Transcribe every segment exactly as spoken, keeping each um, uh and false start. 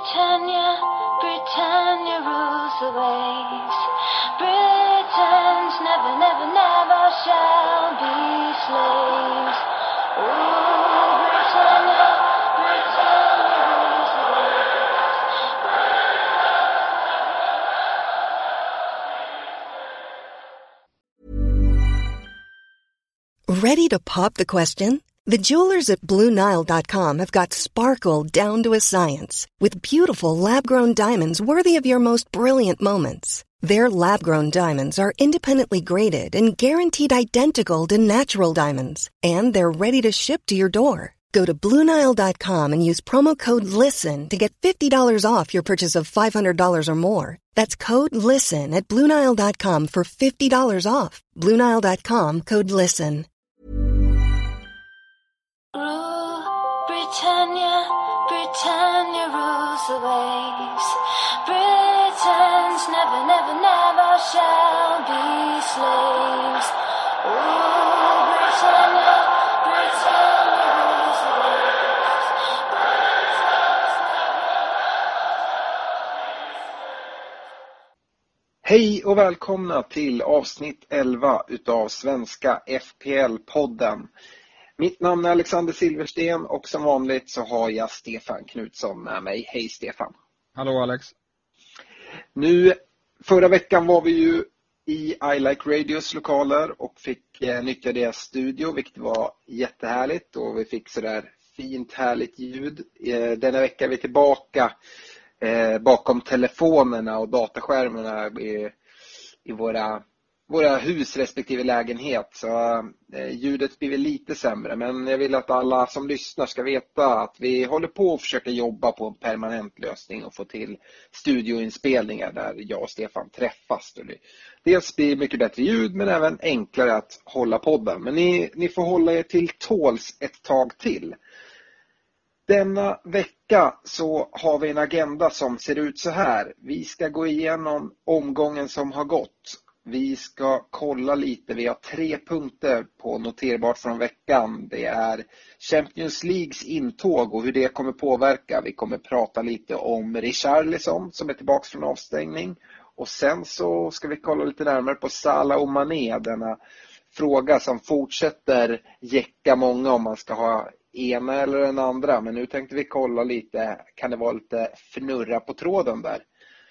Britannia, Britannia rules the waves. Britons never, never, never shall be slaves. Oh, Britannia, Britannia rules the waves. Ready to pop the question? The jewelers at Blue Nile dot com have got sparkle down to a science with beautiful lab-grown diamonds worthy of your most brilliant moments. Their lab-grown diamonds are independently graded and guaranteed identical to natural diamonds, and they're ready to ship to your door. Go to Blue Nile dot com and use promo code LISTEN to get fifty dollars off your purchase of five hundred dollars or more. That's code LISTEN at Blue Nile dot com for fifty dollars off. Blue Nile dot com, code LISTEN. Britannia, Britannia rules the waves. Britons never, never, never shall be slaves. Oh, Britannia, Britannia rules the waves. Hej och välkomna till avsnitt elva utav Svenska F P L-podden. Mitt namn är Alexander Silversten och som vanligt så har jag Stefan Knutsson med mig. Hej Stefan. Hallå Alex. Nu, förra veckan var vi ju i I Like Radios lokaler och fick eh, nyttja deras studio, vilket var jättehärligt. Och vi fick sådär fint, härligt ljud. Eh, denna vecka är vi tillbaka eh, bakom telefonerna och dataskärmarna i, i våra... våra hus respektive lägenhet, så eh, ljudet blir väl lite sämre, men jag vill att alla som lyssnar ska veta att vi håller på att försöka jobba på en permanent lösning och få till studioinspelningar där jag och Stefan träffas. Dels blir mycket bättre ljud men även enklare att hålla podden, men ni, ni får hålla er till tåls ett tag till. Denna vecka så har vi en agenda som ser ut så här. Vi ska gå igenom omgången som har gått. Vi ska kolla lite, vi har tre punkter på noterbart från veckan. Det är Champions Leagues intåg och hur det kommer påverka. Vi kommer prata lite om Richarlison som är tillbaka från avstängning. Och sen så ska vi kolla lite närmare på Salah och Mané, denna fråga som fortsätter jäcka många om man ska ha ena eller den andra. Men nu tänkte vi kolla lite, kan det vara lite fnurra på tråden där.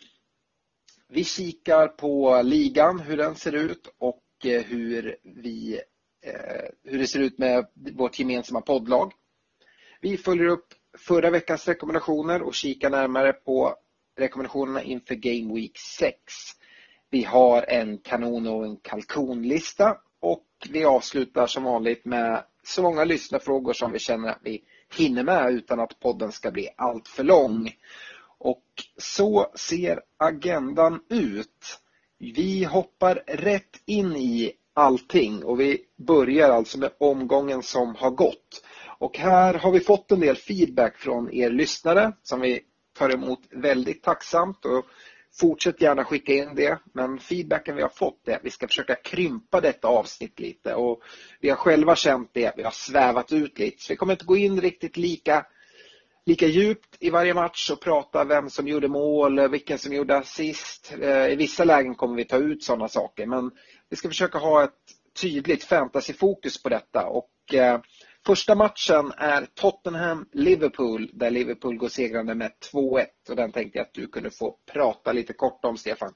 Vi kikar på ligan, hur den ser ut och hur, vi, eh, hur det ser ut med vårt gemensamma poddlag. Vi följer upp förra veckans rekommendationer och kikar närmare på rekommendationerna inför Game Week sex. Vi har en kanon och en kalkonlista och vi avslutar som vanligt med så många lyssnarfrågor som vi känner att vi hinner med utan att podden ska bli allt för lång. Och så ser agendan ut. Vi hoppar rätt in i allting och vi börjar alltså med omgången som har gått. Och här har vi fått en del feedback från er lyssnare som vi tar emot väldigt tacksamt, och fortsätt gärna skicka in det. Men feedbacken vi har fått är att vi ska försöka krympa detta avsnitt lite, och vi har själva känt det, vi har svävat ut lite. Så vi kommer inte gå in riktigt lika lika djupt i varje match och prata vem som gjorde mål, vilken som gjorde assist. I vissa lägen kommer vi ta ut sådana saker, men vi ska försöka ha ett tydligt fantasyfokus på detta. Och eh, första matchen är Tottenham-Liverpool, där Liverpool går segrande med två ett, och den tänkte jag att du kunde få prata lite kort om, Stefan.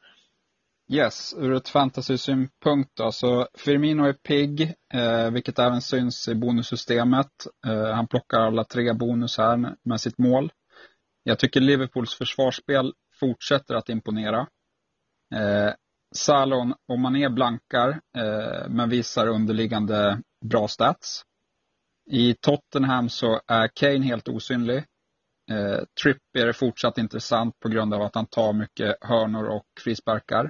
Yes, ur ett fantasy-synpunkt då, så Firmino är pigg, eh, vilket även syns i bonussystemet. Eh, han plockar alla tre bonus här med sitt mål. Jag tycker Liverpools försvarsspel fortsätter att imponera. Eh, Salah och Mané blankar, eh, men visar underliggande bra stats. I Tottenham så är Kane helt osynlig. Eh, Trippier är fortsatt intressant på grund av att han tar mycket hörnor och frisparkar.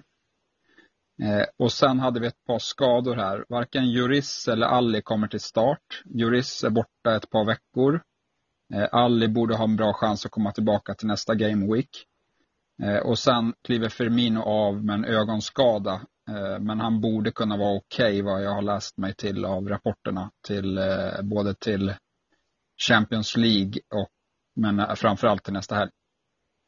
Eh, och sen hade vi ett par skador här. Varken Juris eller Alli kommer till start. Juris är borta ett par veckor. Eh, Alli borde ha en bra chans att komma tillbaka till nästa game week. Eh, och sen kliver Firmino av med en ögonskada. Eh, men han borde kunna vara okej, okay, vad jag har läst mig till av rapporterna. Till, eh, både till Champions League och men framförallt till nästa helg.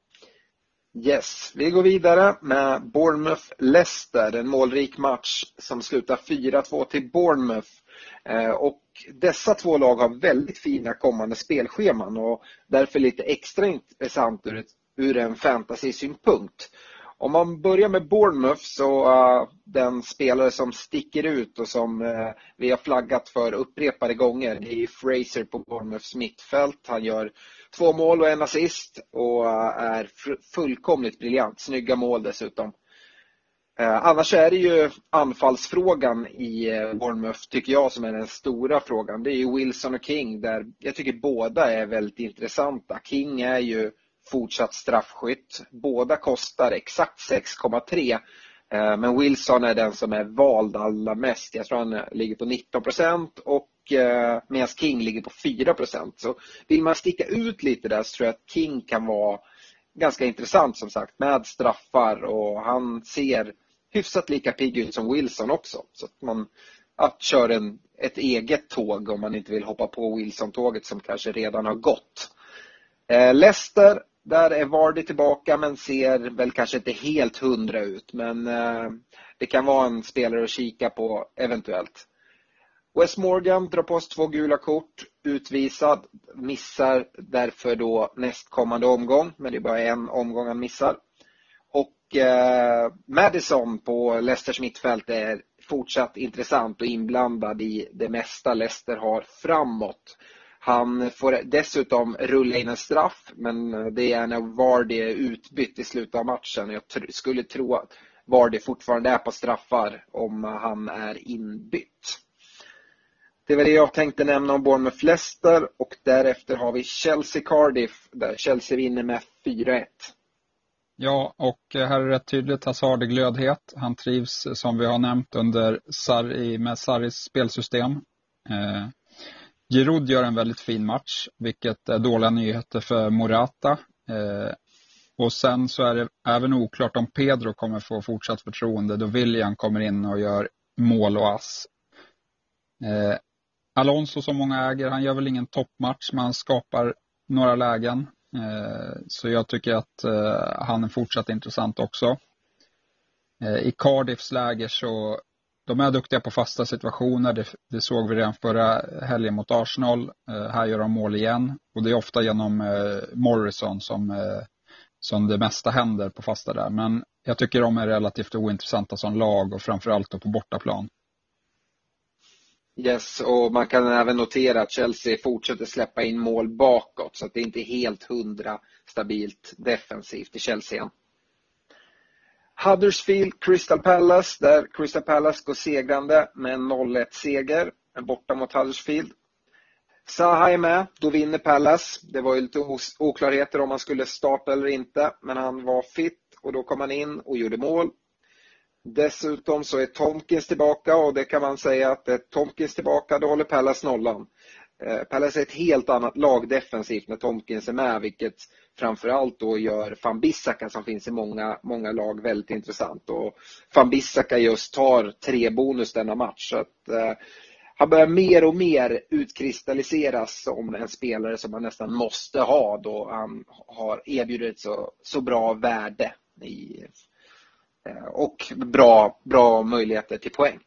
Yes, vi går vidare med Bournemouth-Leicester. En målrik match som slutar fyra två till Bournemouth. Eh, och dessa två lag har väldigt fina kommande spelscheman och därför lite extra intressant ur, ett, ur en fantasy-synpunkt. Om man börjar med Bournemouth så uh, den spelare som sticker ut och som uh, vi har flaggat för upprepade gånger, det är Fraser på Bournemouths mittfält. Han gör två mål och en assist och uh, är fullkomligt briljant. Snygga mål dessutom. Uh, annars är det ju anfallsfrågan i uh, Bournemouth tycker jag som är den stora frågan. Det är ju Wilson och King där jag tycker båda är väldigt intressanta. King är ju fortsatt straffskytt. Båda kostar exakt sex komma tre. Men Wilson är den som är vald allra mest. Jag tror han ligger på nitton procent och medan King ligger på fyra procent. Så vill man sticka ut lite där så tror jag att King kan vara ganska intressant som sagt. Med straffar och han ser hyfsat lika pigg ut som Wilson också. Så att man att kör en, ett eget tåg om man inte vill hoppa på Wilson-tåget som kanske redan har gått. Leicester, där är Vardy tillbaka men ser väl kanske inte helt hundra ut. Men eh, det kan vara en spelare att kika på eventuellt. Wes Morgan drar på sig två gula kort. Utvisad. Missar därför då nästkommande omgång. Men det är bara en omgång han missar. Och eh, Maddison på Leicesters mittfält är fortsatt intressant och inblandad i det mesta Leicester har framåt. Han får dessutom rulla in en straff, men det är när Vardy är utbytt i slutet av matchen. Jag tr- skulle tro att Vardy fortfarande är på straffar om han är inbytt. Det var det jag tänkte nämna om Bournemouth Leicester och därefter har vi Chelsea Cardiff där Chelsea vinner med fyra ett. Ja, och här är det tydligt Hazard i glödhet. Han trivs som vi har nämnt under Sarri, med Sarris spelsystem. Eh, Giroud gör en väldigt fin match, vilket är dåliga nyheter för Morata. Eh, och sen så är det även oklart om Pedro kommer få fortsatt förtroende då William kommer in och gör mål och ass. Eh, Alonso som många äger, han gör väl ingen toppmatch men han skapar några lägen. Eh, så jag tycker att eh, han är fortsatt intressant också. Eh, I Cardiffs läger så de är duktiga på fasta situationer. Det, det såg vi redan förra helgen mot Arsenal. Eh, här gör de mål igen. Och det är ofta genom eh, Morrison som, eh, som det mesta händer på fasta där. Men jag tycker de är relativt ointressanta som lag och framförallt då på bortaplan. Yes, och man kan även notera att Chelsea fortsätter släppa in mål bakåt. Så att det inte är helt hundra stabilt defensivt i Chelsea. Huddersfield, Crystal Palace, där Crystal Palace går segrande med en noll ett seger borta mot Huddersfield. Zaha är med, då vinner Palace. Det var ju lite oklarheter om han skulle starta eller inte, men han var fit och då kom han in och gjorde mål. Dessutom så är Tomkins tillbaka och det kan man säga att är Tomkins tillbaka, då håller Palace nollan. Eh, Palace är ett helt annat lag defensivt när Tomkins är med, vilket framförallt då gör Van Bissaka som finns i många, många lag väldigt intressant. Och Van Bissaka just tar tre bonus denna match. Så att, eh, han börjar mer och mer utkristalliseras som en spelare som man nästan måste ha då han har erbjudit så, så bra värde i, eh, och bra, bra möjligheter till poäng.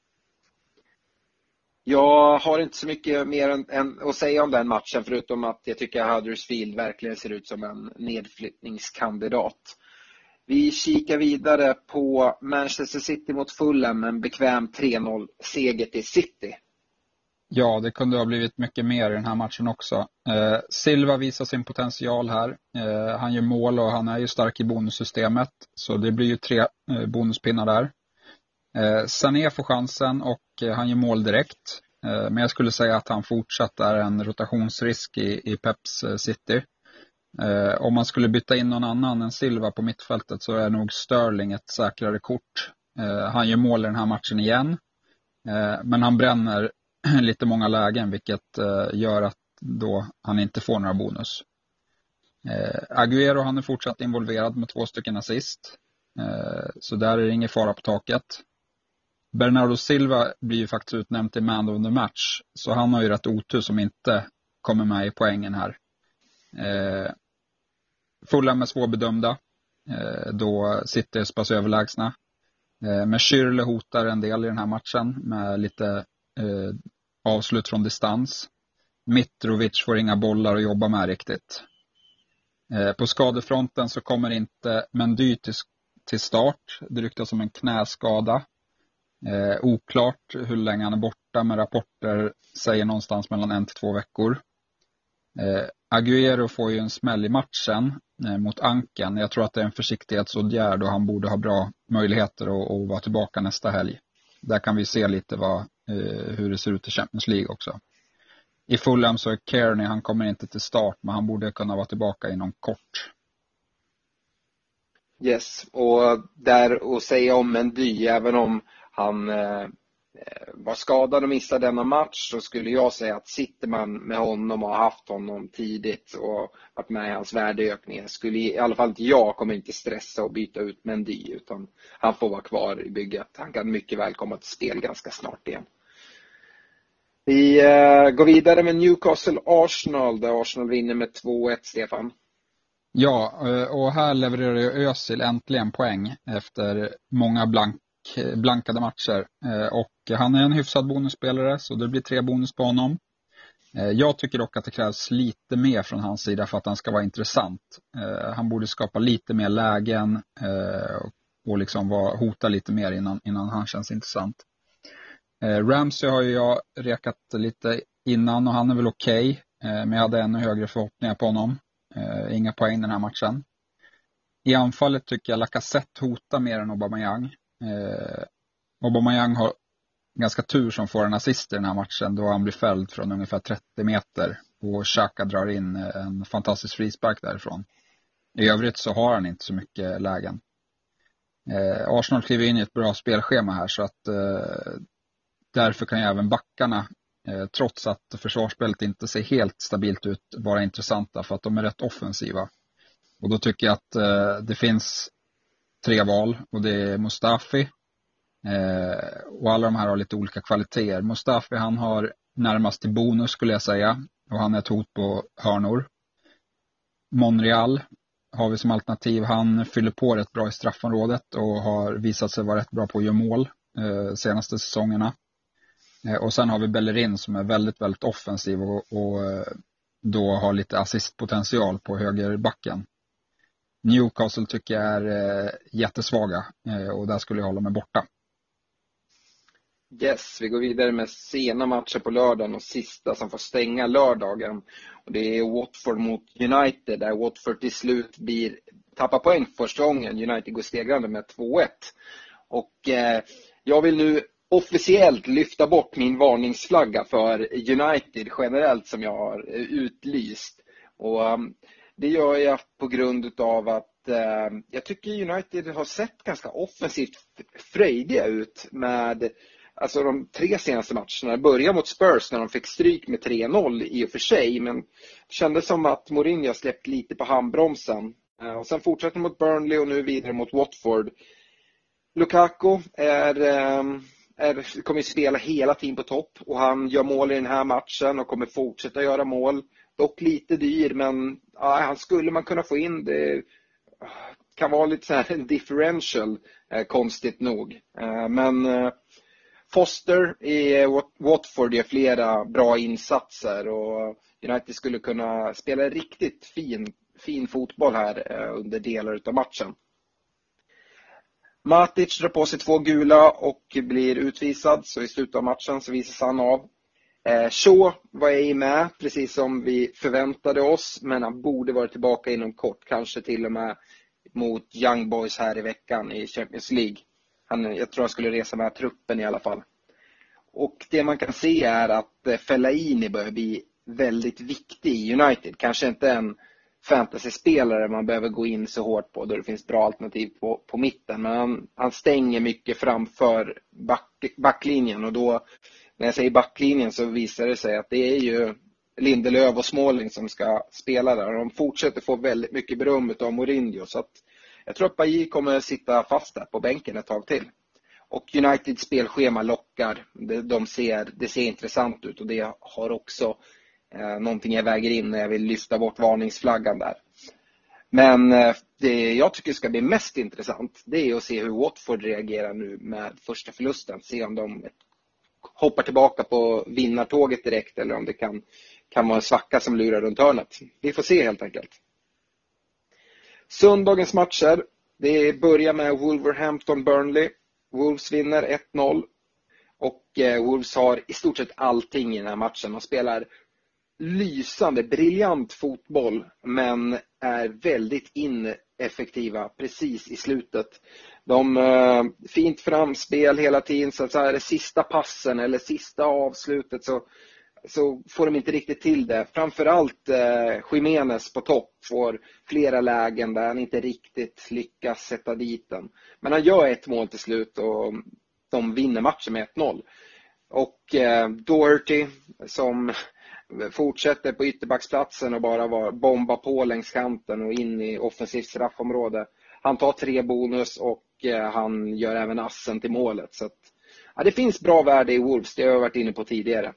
Jag har inte så mycket mer än, än att säga om den matchen förutom att jag tycker att Huddersfield verkligen ser ut som en nedflyttningskandidat. Vi kikar vidare på Manchester City mot Fulham, en bekväm tre noll seger till City. Ja, det kunde ha blivit mycket mer i den här matchen också. Eh, Silva visar sin potential här. Eh, han gör mål och han är ju stark i bonussystemet. Så det blir ju tre eh, bonuspinnar där. Eh, Sané får chansen och eh, han gör mål direkt. Eh, men jag skulle säga att han fortsatt är en rotationsrisk i, i Peps eh, City. Eh, om man skulle byta in någon annan än Silva på mittfältet så är nog Sterling ett säkrare kort. Eh, han gör mål i den här matchen igen. Eh, men han bränner lite många lägen vilket eh, gör att då han inte får några bonus. Eh, Agüero han är fortsatt involverad med två stycken assist. Eh, så där är det ingen fara på taket. Bernardo Silva blir ju faktiskt utnämnd till man of the match. Så han har ju rätt otur som inte kommer med i poängen här. Eh, Fulham är svårbedömda. Då City är så pass överlägsna. Men Schürrle hotar en del i den här matchen med lite avslut från distans. Mitrovic får inga bollar att jobba med riktigt. På skadefronten så kommer inte Mendy till, till start. Det ryktas som en knäskada. Eh, oklart hur länge han är borta, men rapporter säger någonstans mellan en till två veckor. Eh, Agüero får ju en smäll i matchen eh, mot ankeln. Jag tror att det är en försiktighetsåtgärd och han borde ha bra möjligheter att, att vara tillbaka nästa helg. Där kan vi se lite vad, eh, hur det ser ut i Champions League också. I Fulham så är Kearney, han kommer inte till start, men han borde kunna vara tillbaka inom kort. Yes, och där att säga om Mendy, även om han eh, var skadad och missade denna match, så skulle jag säga att sitter man med honom och har haft honom tidigt och varit med i hans värdeökning, skulle i alla fall inte jag kommer inte stressa och byta ut Mendy, utan han får vara kvar i bygget. Han kan mycket väl komma till spel ganska snart igen. Vi eh, går vidare med Newcastle Arsenal, där Arsenal vinner med två ett, Stefan. Ja, och här levererar ju Özil äntligen poäng efter många blank, blankade matcher. Och han är en hyfsad bonusspelare, så det blir tre bonus på honom. Jag tycker dock att det krävs lite mer från hans sida för att han ska vara intressant. Han borde skapa lite mer lägen och liksom hota lite mer innan, innan han känns intressant. Ramsey har ju jag rekat lite innan och han är väl okej. Okay, men jag hade ännu högre förhoppningar på honom. Uh, inga poäng den här matchen. I anfallet tycker jag Lacazette hotar mer än Aubameyang. Uh, Aubameyang har ganska tur som får en assist i den här matchen, då han blir fälld från ungefär trettio meter och Xhaka drar in en fantastisk frispark därifrån. I övrigt så har han inte så mycket lägen. Uh, Arsenal kliver in i ett bra spelschema här, så att uh, därför kan ju även backarna, trots att försvarsspelet inte ser helt stabilt ut, vara intressanta för att de är rätt offensiva. Och då tycker jag att eh, det finns tre val, och det är Mustafi. Eh, och alla de här har lite olika kvaliteter. Mustafi, han har närmast till bonus skulle jag säga, och han är ett hot på hörnor. Monreal har vi som alternativ. Han fyller på rätt bra i straffområdet och har visat sig vara rätt bra på att göra mål eh, senaste säsongerna. Och sen har vi Bellerin som är väldigt, väldigt offensiv och, och då har lite assistpotential på högerbacken. Newcastle tycker jag är jättesvaga och där skulle jag hålla mig borta. Yes, vi går vidare med sena matcher på lördagen och sista som får stänga lördagen. Och det är Watford mot United, där Watford till slut blir, tappar poäng första gången. United går stegrande med två ett. Och eh, jag vill nu officiellt lyfta bort min varningsflagga för United generellt som jag har utlyst. Och um, det gör jag på grund av att uh, jag tycker United har sett ganska offensivt frejdiga ut med alltså de tre senaste matcherna. Börjar mot Spurs när de fick stryk med tre noll i och för sig, men det kändes som att Mourinho släppt lite på handbromsen. Uh, och sen fortsätter mot Burnley och nu vidare mot Watford. Lukaku är... Um, Är, kommer spela hela tiden på topp och han gör mål i den här matchen och kommer fortsätta göra mål. Dock lite dyr, men ja, han skulle man kunna få in. Det kan vara lite så här en differential, eh, konstigt nog. Eh, men eh, Foster i Watford gör flera bra insatser och United skulle kunna spela riktigt fin, fin fotboll här eh, under delar av matchen. Matic drar på sig två gula och blir utvisad, så i slutet av matchen så visas han av. Eh, Shaw var jag med, precis som vi förväntade oss, men han borde vara tillbaka inom kort, kanske till och med mot Young Boys här i veckan i Champions League. Han, jag tror han skulle resa med truppen i alla fall. Och det man kan se är att eh, Fellaini börjar bli väldigt viktig i United. Kanske inte en fantasy-spelare man behöver gå in så hårt på då det finns bra alternativ på, på mitten. Men han, han stänger mycket framför back, backlinjen, och då när jag säger backlinjen så visar det sig att det är ju Lindelöf och Smalling som ska spela där. De fortsätter få väldigt mycket beröm av Mourinho, så att jag tror att Bailly kommer sitta fast där på bänken ett tag till. Och Uniteds spelschema lockar. Det, de ser, det ser intressant ut, och det har också Eh, någonting jag väger in när jag vill lyfta bort varningsflaggan där. Men eh, det jag tycker ska bli mest intressant, det är att se hur Watford reagerar nu med första förlusten. Se om de hoppar tillbaka på vinnartåget direkt eller om det kan, kan vara en svacka som lurar runt hörnet. Vi får se helt enkelt. Söndagens matcher, det börjar med Wolverhampton-Burnley. Wolves vinner ett noll. Och eh, Wolves har i stort sett allting i den här matchen. De spelar lysande, briljant fotboll, men är väldigt ineffektiva precis i slutet. De eh, fint framspel hela tiden, så att så här, det sista passen eller sista avslutet så, så får de inte riktigt till det. Framförallt eh, Jimenez på topp får flera lägen där han inte riktigt lyckas sätta dit den. Men han gör ett mål till slut och de vinner matchen med ett noll. Och eh, Doherty som fortsätter på ytterbacksplatsen och bara var, bomba på längs kanten och in i offensivt straffområde. Han tar tre bonus och eh, han gör även assen till målet. Så att, ja, det finns bra värde i Wolves, det har jag varit inne på tidigare.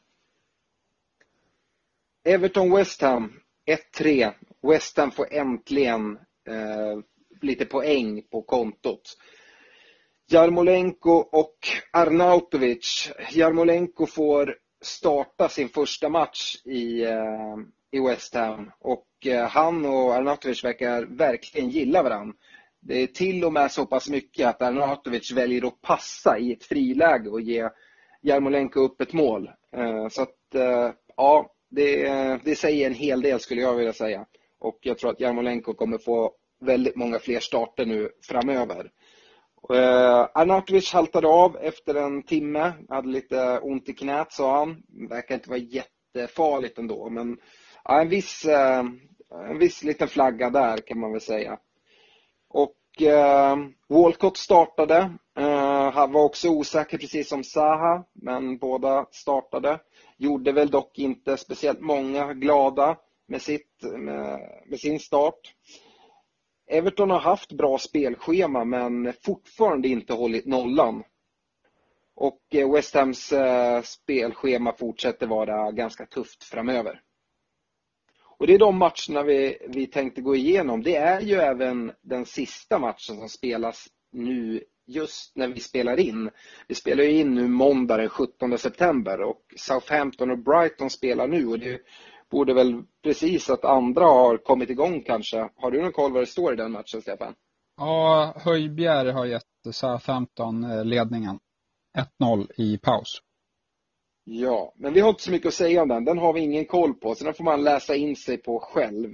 Everton West Ham ett tre. West Ham får äntligen eh, lite poäng på kontot. Jarmolenko och Arnautovic. Jarmolenko får starta sin första match i, eh, i West Ham. Och eh, han och Arnautovic verkar verkligen gilla varandra. Det är till och med så pass mycket att Arnautovic väljer att passa i ett friläge och ge Jarmolenko upp ett mål. Eh, så att, eh, ja, det, det säger en hel del skulle jag vilja säga. Och jag tror att Jarmolenko kommer få väldigt många fler starter nu framöver. Uh, Arnautovic haltade av efter en timme. Hade lite ont i knät, sa han. Verkar inte vara jättefarligt ändå. Men uh, en, viss, uh, en viss liten flagga där kan man väl säga. Och uh, Walcott startade. Uh, han var också osäker precis som Zaha. Men båda startade. Gjorde väl dock inte speciellt många glada med, sitt, med, med sin start. Everton har haft bra spelschema men fortfarande inte hållit nollan. Och West Hams spelschema fortsätter vara ganska tufft framöver. Och det är de matcherna vi, vi tänkte gå igenom. Det är ju även den sista matchen som spelas nu just när vi spelar in. Vi spelar ju in nu måndag den sjuttonde september och Southampton och Brighton spelar nu och det borde väl precis att andra har kommit igång kanske. Har du någon koll vad det står i den matchen, Stefan? Ja, Höjbjerg har gett Southampton ledningen. ett noll i paus. Ja, men vi har inte så mycket att säga om den. Den har vi ingen koll på, så den får man läsa in sig på själv.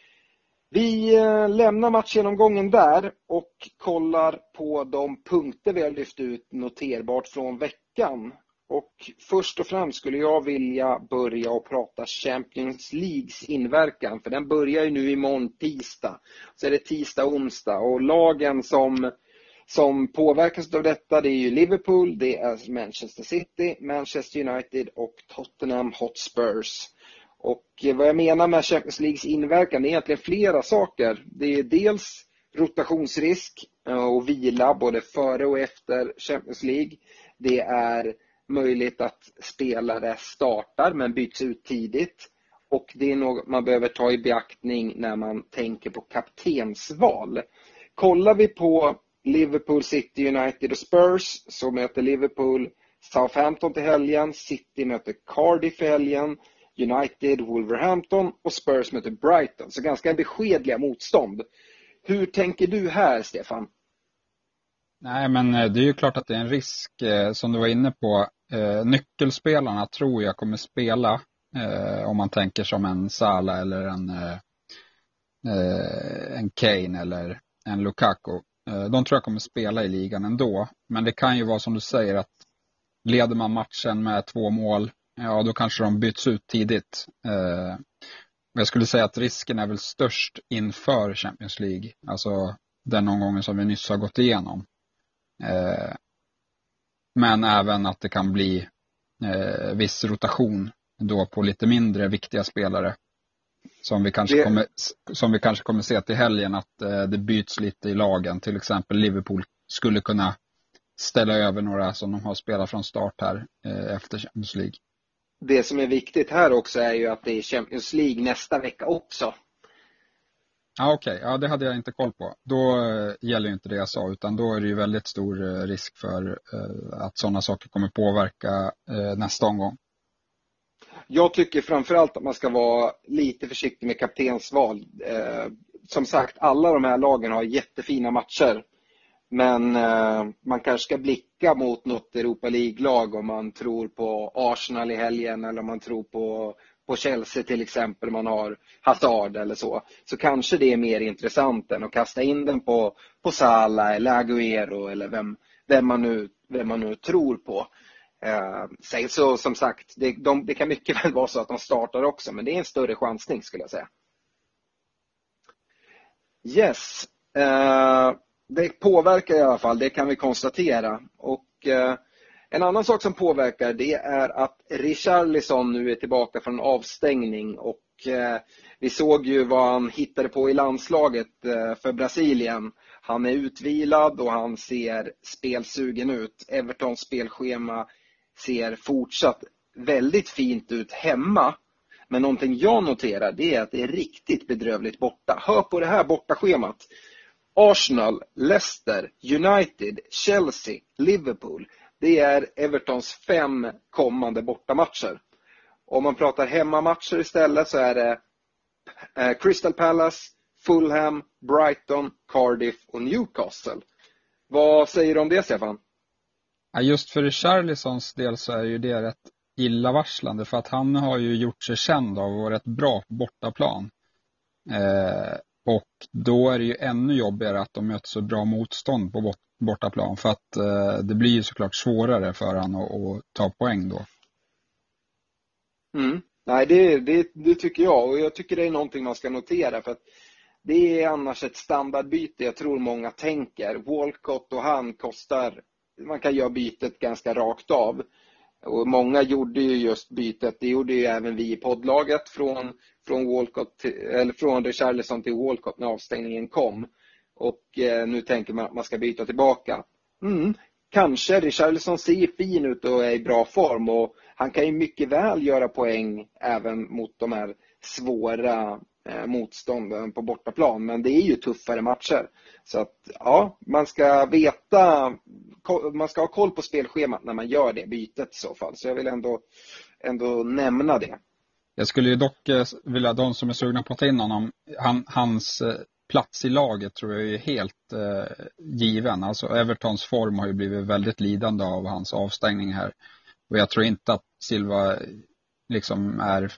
Vi lämnar matchgenomgången där och kollar på de punkter vi har lyft ut noterbart från veckan. Och först och främst skulle jag vilja börja och prata Champions Leagues inverkan. För den börjar ju nu imorgon tisdag. Så är det tisdag och onsdag. Och lagen som, som påverkas av detta, det är ju Liverpool, det är Manchester City, Manchester United och Tottenham Hotspurs. Och vad jag menar med Champions Leagues inverkan är egentligen flera saker. Det är dels rotationsrisk och vila både före och efter Champions League. Det är möjligt att spelare startar men byts ut tidigt. Och det är något man behöver ta i beaktning när man tänker på kaptensval. Kollar vi på Liverpool, City, United och Spurs så möter Liverpool Southampton till helgen. City möter Cardiff i helgen. United, Wolverhampton och Spurs möter Brighton. Så ganska beskedliga motstånd. Hur tänker du här, Stefan? Nej, men det är ju klart att det är en risk eh, som du var inne på. Eh, nyckelspelarna tror jag kommer spela eh, om man tänker som en Salah eller en, eh, en Kane eller en Lukaku. Eh, de tror jag kommer spela i ligan ändå. Men det kan ju vara som du säger att leder man matchen med två mål, ja då kanske de byts ut tidigt. Eh, jag skulle säga att risken är väl störst inför Champions League. Alltså den omgången som vi nyss har gått igenom. Eh, men även att det kan bli eh, viss rotation då på lite mindre viktiga spelare som vi kanske, det... kommer, som vi kanske kommer se till helgen att eh, det byts lite i lagen. Till exempel Liverpool skulle kunna ställa över några som de har spelat från start här eh, efter Champions League. Det som är viktigt här också är ju att det är Champions League nästa vecka också. Ja, okej. Okay. Ja, det hade jag inte koll på. Då eh, gäller ju inte det jag sa, utan då är det ju väldigt stor eh, risk för eh, att sådana saker kommer påverka eh, nästa omgång. Jag tycker framförallt att man ska vara lite försiktig med kaptensval. Eh, som sagt, alla de här lagen har jättefina matcher. Men eh, man kanske ska blicka mot något Europa League-lag om man tror på Arsenal i helgen eller om man tror på, på Chelsea till exempel, man har Hazard eller så. Så kanske det är mer intressant än att kasta in den på, på Salah eller Agüero eller vem, vem, man nu, vem man nu tror på. Eh, så som sagt, det, de, det kan mycket väl vara så att de startar också, men det är en större chansning skulle jag säga. Yes. Eh, det påverkar i alla fall, det kan vi konstatera. Och eh, en annan sak som påverkar, det är att Richarlison nu är tillbaka från avstängning. Och eh, vi såg ju vad han hittade på i landslaget eh, för Brasilien. Han är utvilad och han ser spelsugen ut. Evertons spelschema ser fortsatt väldigt fint ut hemma. Men någonting jag noterar, det är att det är riktigt bedrövligt borta. Hör på det här bortaschemat. Arsenal, Leicester, United, Chelsea, Liverpool. Det är Evertons fem kommande bortamatcher. Om man pratar hemmamatcher istället så är det Crystal Palace, Fulham, Brighton, Cardiff och Newcastle. Vad säger du om det, Stefan? Ja, just för Richarlisons del så är ju det rätt illavarslande, för att han har ju gjort sig känd av att vara rätt bra på bortaplan. Eh, och då är det ju ännu jobbigare att de möter så bra motstånd på bortaplan, för att eh, det blir ju såklart svårare för han att, att ta poäng då. Mm. Nej, det, det, det tycker jag, och jag tycker det är någonting man ska notera, för att det är annars ett standardbyte jag tror många tänker. Walcott och han kostar, man kan göra bytet ganska rakt av. Och många gjorde ju just bytet, det gjorde ju även vi i poddlaget från, från, Walcott till, eller från Richarlison till Walcott när avstängningen kom. Och eh, nu tänker man att man ska byta tillbaka. Mm. Kanske Richarlison ser fin ut och är i bra form, och han kan ju mycket väl göra poäng även mot de här svåra eh, motstånden på bortaplan, men det är ju tuffare matcher. Så att ja, man ska veta, man ska ha koll på spelschemat när man gör det bytet i så fall. Så jag vill ändå, ändå nämna det. Jag skulle ju dock vilja, de som är sugna på att ta in honom, han, hans plats i laget tror jag är helt eh, given. Alltså Evertons form har ju blivit väldigt lidande av hans avstängning här. Och jag tror inte att Silva liksom är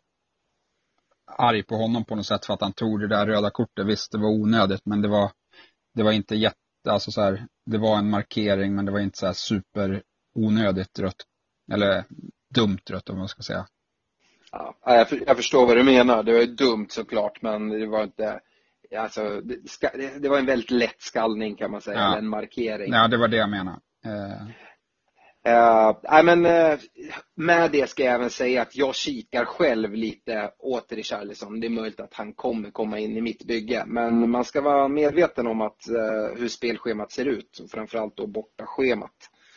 arg på honom på något sätt för att han tog det där röda kortet. Visst, det var onödigt, men det var, det var inte jätte, alltså så här, det var en markering, men det var inte så här super onödigt rött, eller dumt rött om man ska säga. Ja, jag, för, jag förstår vad du menar. Det var dumt såklart, men det var inte, alltså, det, ska, det, det var en väldigt lätt skallning kan man säga, ja. Eller en markering. Ja, det var det jag menar. Uh... Uh, nej, men uh, med det ska jag även säga att jag kikar själv lite åt Richarlison. Det är möjligt att han kommer komma in i mitt bygge, men man ska vara medveten om att, uh, hur spelschemat ser ut, och framförallt då bortaschemat.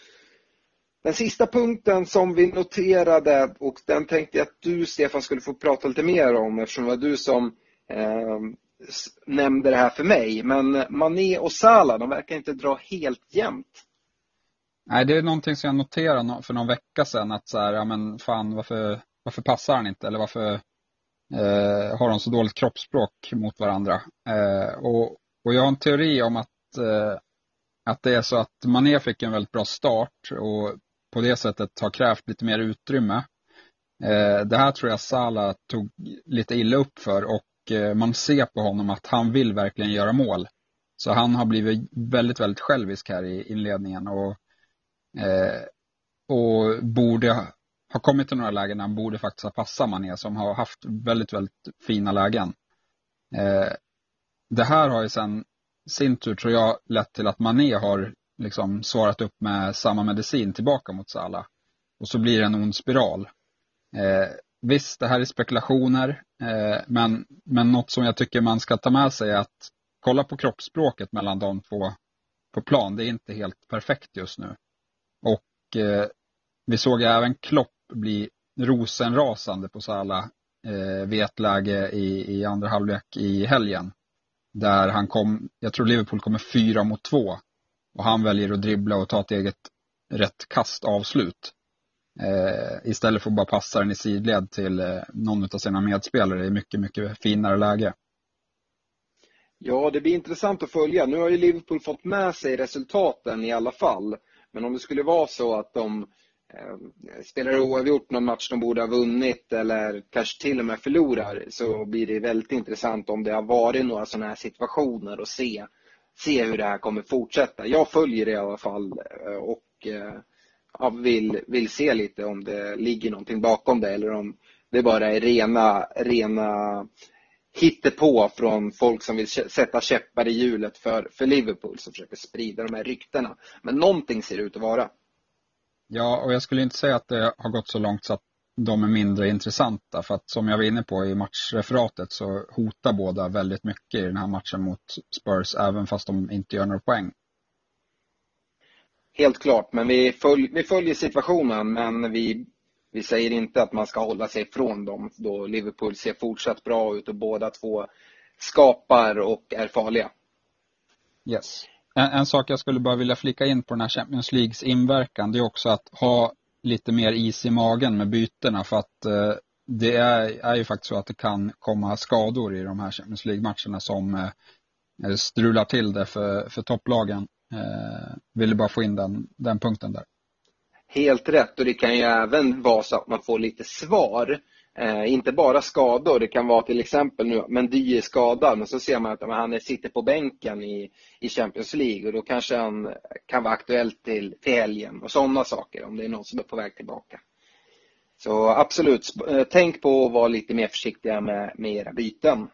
Den sista punkten som vi noterade, och den tänkte jag att du, Stefan, skulle få prata lite mer om, eftersom det var du som uh, nämnde det här för mig. Men Mané och Salah, de verkar inte dra helt jämnt. Nej, det är någonting som jag noterade för någon vecka sedan, att så här, ja men fan, varför, varför passar han inte? Eller varför eh, har de så dåligt kroppsspråk mot varandra? Eh, och, och jag har en teori om att, eh, att det är så att Mané fick en väldigt bra start och på det sättet har krävt lite mer utrymme. Eh, det här tror jag Salah tog lite illa upp för, och eh, man ser på honom att han vill verkligen göra mål. Så han har blivit väldigt, väldigt självisk här i inledningen, och Eh, och borde ha kommit till några lägen där han borde faktiskt ha passat Mané, som har haft väldigt, väldigt fina lägen. Eh, det här har ju sen sin tur, tror jag, lett till att Mané har liksom svarat upp med samma medicin tillbaka mot Salah. Och så blir det en ond spiral. Eh, visst, det här är spekulationer, eh, men, men något som jag tycker man ska ta med sig är att kolla på kroppsspråket mellan de två på plan. Det är inte helt perfekt just nu. Och eh, vi såg även Klopp bli rosenrasande på Salah eh, vid ett läge i, i andra halvlek i helgen. Där han kom, jag tror Liverpool kommer fyra mot två. Och han väljer att dribbla och ta ett eget rätt kast avslut. Eh, istället för att bara passa den i sidled till eh, någon av sina medspelare i mycket, mycket finare läge. Ja, det blir intressant att följa. Nu har ju Liverpool fått med sig resultaten i alla fall. Men om det skulle vara så att de eh, spelar oavgjort någon match de borde ha vunnit eller kanske till och med förlorar, så blir det väldigt intressant om det har varit några sådana här situationer och se, se hur det här kommer fortsätta. Jag följer det i alla fall och eh, ja, vill, vill se lite om det ligger någonting bakom det eller om det bara är rena, rena hittepå från folk som vill sätta käppar i hjulet för, för Liverpool, som försöker sprida de här ryktena. Men någonting ser det ut att vara. Ja, och jag skulle inte säga att det har gått så långt så att de är mindre intressanta. För att som jag var inne på i matchreferatet så hotar båda väldigt mycket i den här matchen mot Spurs, även fast de inte gör några poäng. Helt klart, men vi, följ, vi följer situationen, men vi, vi säger inte att man ska hålla sig ifrån dem då Liverpool ser fortsatt bra ut och båda två skapar och är farliga. Yes. En, en sak jag skulle bara vilja flika in på den här Champions Leagues inverkan, det är också att ha lite mer is i magen med bytena, för att eh, det är, är ju faktiskt så att det kan komma skador i de här Champions League-matcherna som eh, strular till det för, för topplagen. Eh, ville bara få in den, den punkten där. Helt rätt, och det kan ju även vara så att man får lite svar. Eh, inte bara skador, det kan vara till exempel nu, men Dy är skadad, men så ser man att men, han sitter på bänken i, i Champions League och då kanske han kan vara aktuellt till, till helgen och sådana saker om det är någon som är på väg tillbaka. Så absolut, tänk på att vara lite mer försiktiga med, med era byten.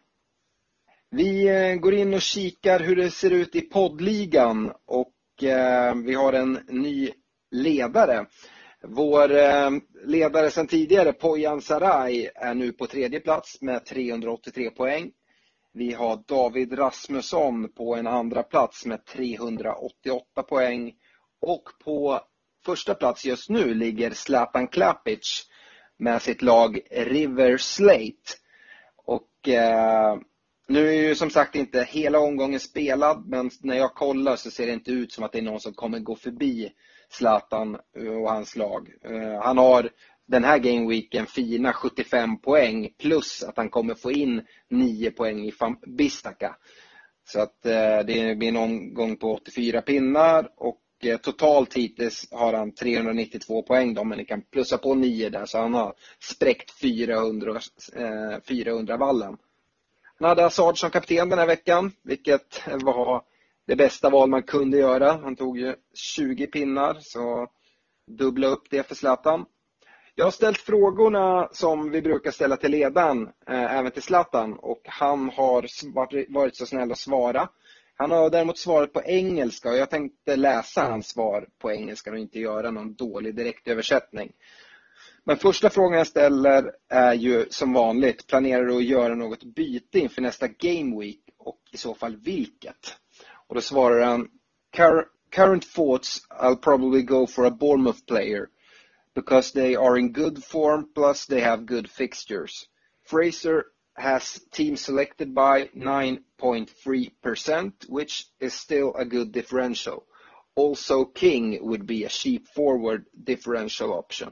Vi eh, går in och kikar hur det ser ut i poddligan och eh, vi har en ny ledare. Vår eh, ledare sedan tidigare, Poyan Sarai, är nu på tredje plats med trehundraåttiotre poäng. Vi har David Rasmusson på en andra plats med trehundraåttioåtta poäng. Och på första plats just nu ligger Zlatan Klapic med sitt lag River Slate. Och eh, nu är ju som sagt inte hela omgången spelad, men när jag kollar så ser det inte ut som att det är någon som kommer gå förbi Zlatan och hans lag. Han har den här gameweeken fina sjuttiofem poäng plus att han kommer få in nio poäng i Bistaka. Så att det blir en omgång på åttiofyra pinnar och totalt hittills har han trehundranittiotvå poäng då, men ni kan plussa på nio där, så han har spräckt fyrahundra, fyrahundra vallen. Han hade Hazard som kapten den här veckan, vilket var det bästa val man kunde göra. Han tog ju tjugo pinnar, så dubbla upp det för Zlatan. Jag har ställt frågorna som vi brukar ställa till ledaren, eh, även till Zlatan, och han har varit så snäll att svara. Han har däremot svarat på engelska och jag tänkte läsa hans svar på engelska och inte göra någon dålig direktöversättning. Men första frågan jag ställer är ju som vanligt, planerar du att göra något byte inför nästa game week och i så fall vilket? Och då svarar han, current thoughts, I'll probably go for a Bournemouth player because they are in good form plus they have good fixtures. Fraser has team selected by nine point three percent, which is still a good differential. Also King would be a cheap forward differential option.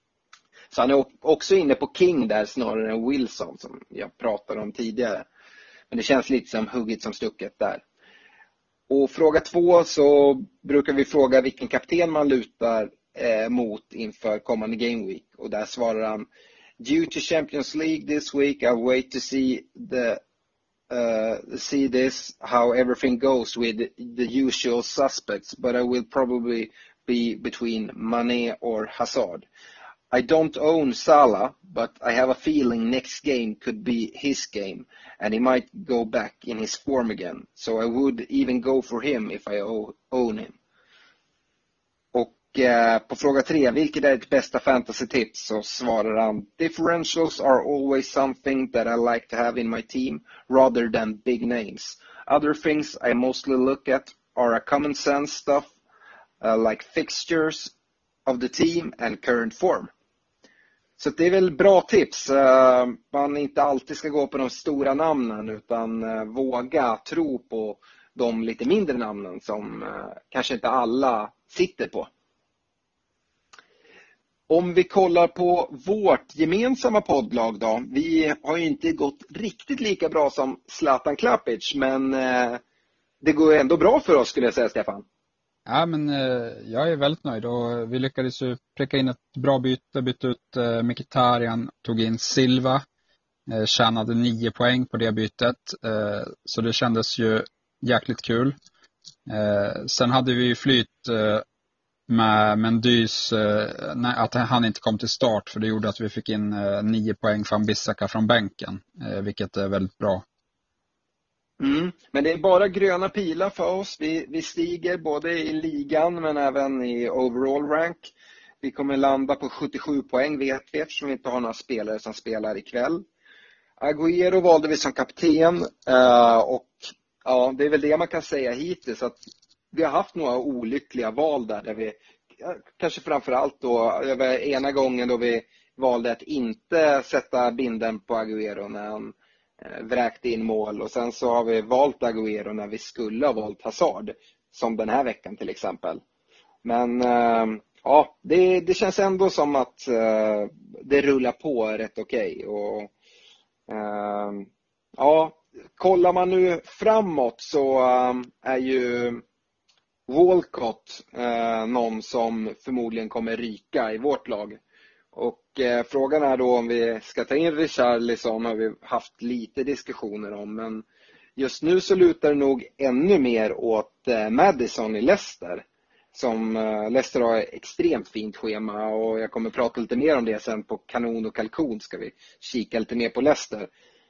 Så han är också inne på King där snarare än Wilson som jag pratade om tidigare. Men det känns lite som hugget som stucket där. Och fråga två så brukar vi fråga vilken kapten man lutar eh, mot inför kommande game week. Och där svarar han, due to Champions League this week I'll wait to see the uh, see this how everything goes with the usual suspects, but I will probably be between Mané or Hazard. I don't own Salah, but I have a feeling next game could be his game and he might go back in his form again. So I would even go for him if I own him. Och eh, på fråga tre, vilket är ditt bästa fantasy-tips? Så svarar han, differentials are always something that I like to have in my team rather than big names. Other things I mostly look at are a common sense stuff uh, like fixtures of the team and current form. Så det är väl bra tips. Man inte alltid ska gå på de stora namnen utan våga tro på de lite mindre namnen som kanske inte alla sitter på. Om vi kollar på vårt gemensamma poddlag då. Vi har ju inte gått riktigt lika bra som Zlatan Klapic, men det går ändå bra för oss skulle jag säga, Stefan. Ja, men eh, jag är väldigt nöjd och vi lyckades ju pricka in ett bra byte, bytte ut eh, Mkhitaryan, tog in Silva, eh, tjänade nio poäng på det bytet, eh, så det kändes ju jäkligt kul. Eh, sen hade vi ju flyt eh, med Mendys, eh, nej, att han inte kom till start, för det gjorde att vi fick in eh, nio poäng från Bissaka från bänken, eh, vilket är väldigt bra. Mm. Men det är bara gröna pilar för oss. Vi, vi stiger både i ligan men även i overall rank. Vi kommer landa på sjuttiosju poäng vet vi, eftersom vi inte har några spelare som spelar ikväll. Agüero valde vi som kapten uh, och ja, det är väl det man kan säga hittills, att vi har haft några olyckliga val där, där vi kanske framförallt då över ena gången då vi valde att inte sätta binden på Agüero när han vräkte in mål, och sen så har vi valt Agüero när vi skulle ha valt Hazard, som den här veckan till exempel. Men äh, ja, det, det känns ändå som att äh, det rullar på rätt okej. Och äh, ja, kollar man nu framåt så äh, är ju Walcott äh, någon som förmodligen kommer ryka i vårt lag. Och eh, frågan är då om vi ska ta in Richarlison, har vi haft lite diskussioner om. Men just nu så lutar det nog ännu mer åt eh, Maddison i Leicester. Som eh, Leicester har ett extremt fint schema, och jag kommer prata lite mer om det sen på Kanon och Kalkon, ska vi kika lite mer på Leicester.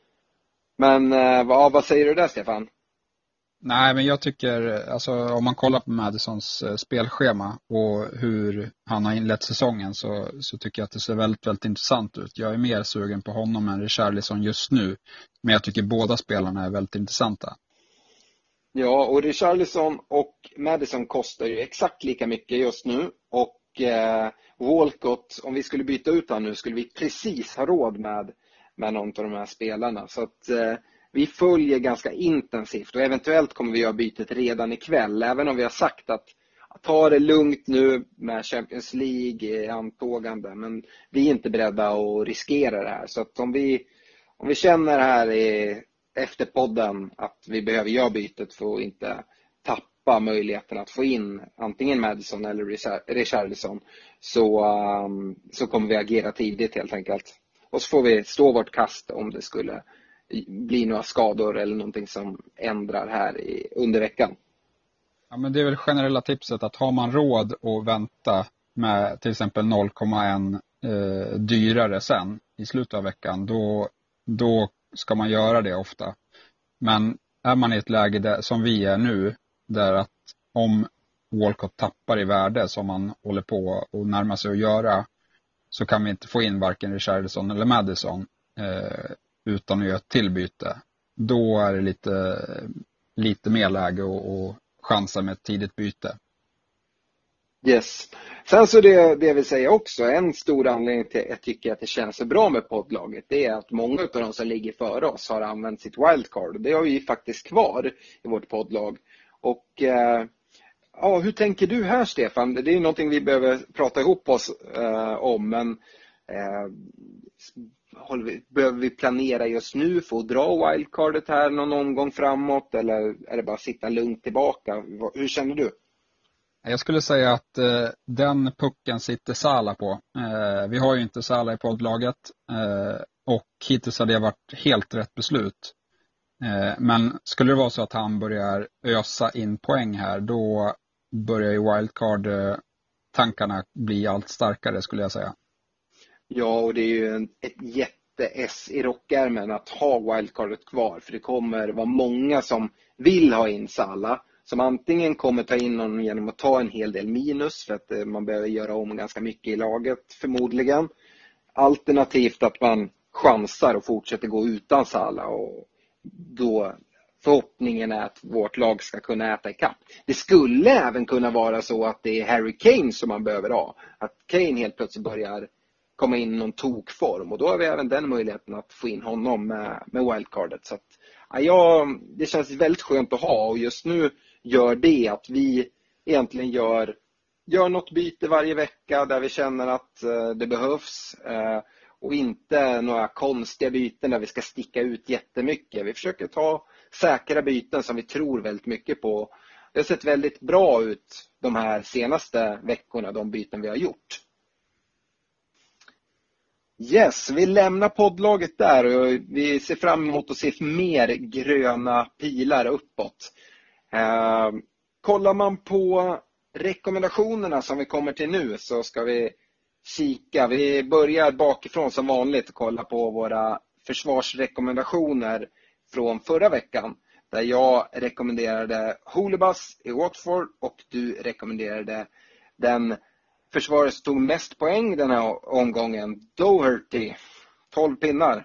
Men eh, vad, vad säger du där, Stefan? Nej, men jag tycker, alltså om man kollar på Maddisons eh, spelschema och hur han har inlett säsongen, så, så tycker jag att det ser väldigt, väldigt intressant ut. Jag är mer sugen på honom än Richarlison just nu, men jag tycker båda spelarna är väldigt intressanta. Ja, och Richarlison och Maddison kostar ju exakt lika mycket just nu, och eh, Walcott, om vi skulle byta ut han nu, skulle vi precis ha råd med, med någon av de här spelarna. Så att eh, vi följer ganska intensivt, och eventuellt kommer vi göra bytet redan ikväll. Även om vi har sagt att, att ta det lugnt nu med Champions League i antågande. Men vi är inte beredda att riskera det här. Så att om vi, om vi känner här i, efter podden att vi behöver göra bytet för att inte tappa möjligheten att få in antingen Maddison eller Richarlison, så, um, så kommer vi agera tidigt helt enkelt. Och så får vi stå vårt kast om det skulle blir några skador eller någonting som ändrar här i, under veckan. Ja, men det är väl generella tipset att har man råd att vänta med till exempel noll komma ett eh, dyrare sen i slutet av veckan, då, då ska man göra det ofta. Men är man i ett läge där, som vi är nu, där att om Walcott tappar i värde som man håller på och närmar sig att göra, så kan vi inte få in varken Richarlison eller Maddison eh, utan att göra ett tillbyte. Då är det lite, lite mer läge och, och chansa med ett tidigt byte. Yes. Sen så det, det vill säga också, en stor anledning till att jag tycker att det känns så bra med poddlaget, det är att många av de som ligger före oss har använt sitt wildcard. Det har vi faktiskt kvar i vårt poddlag. Och eh, ja, hur tänker du här, Stefan? Det är någonting vi behöver prata ihop oss eh, om, men eh, behöver vi planera just nu för att dra wildcardet här någon omgång framåt, eller är det bara att sitta lugnt tillbaka? Hur känner du? Jag skulle säga att eh, den pucken sitter Salah på. Eh, vi har ju inte Salah i poddlaget eh, och hittills har det varit helt rätt beslut. Eh, men skulle det vara så att han börjar ösa in poäng här, då börjar ju wildcard-tankarna bli allt starkare, skulle jag säga. Ja, och det är ju en, ett jätte-S i rockärmen att ha wildcardet kvar. För det kommer vara många som vill ha in Salah, som antingen kommer ta in honom genom att ta en hel del minus, för att man behöver göra om ganska mycket i laget förmodligen. Alternativt att man chansar och fortsätter gå utan Salah, och då förhoppningen är att vårt lag ska kunna äta ikapp. Det skulle även kunna vara så att det är Harry Kane som man behöver ha. Att Kane helt plötsligt börjar komma in i någon tokform. Och då har vi även den möjligheten att få in honom med, med wildcardet. Så att, ja, det känns väldigt skönt att ha. Och just nu gör det att vi egentligen gör, gör något byte varje vecka där vi känner att uh, det behövs. Uh, och inte några konstiga byten där vi ska sticka ut jättemycket. Vi försöker ta säkra byten som vi tror väldigt mycket på. Det har sett väldigt bra ut de här senaste veckorna, de byten vi har gjort. Yes, vi lämnar poddlaget där och vi ser fram emot att se mer gröna pilar uppåt. Eh, kollar man på rekommendationerna som vi kommer till nu så ska vi kika. Vi börjar bakifrån som vanligt och kolla på våra försvarsrekommendationer från förra veckan. Där jag rekommenderade Holebas i Watford och du rekommenderade den försvarare som tog mest poäng den här omgången, Doherty, tolv pinnar.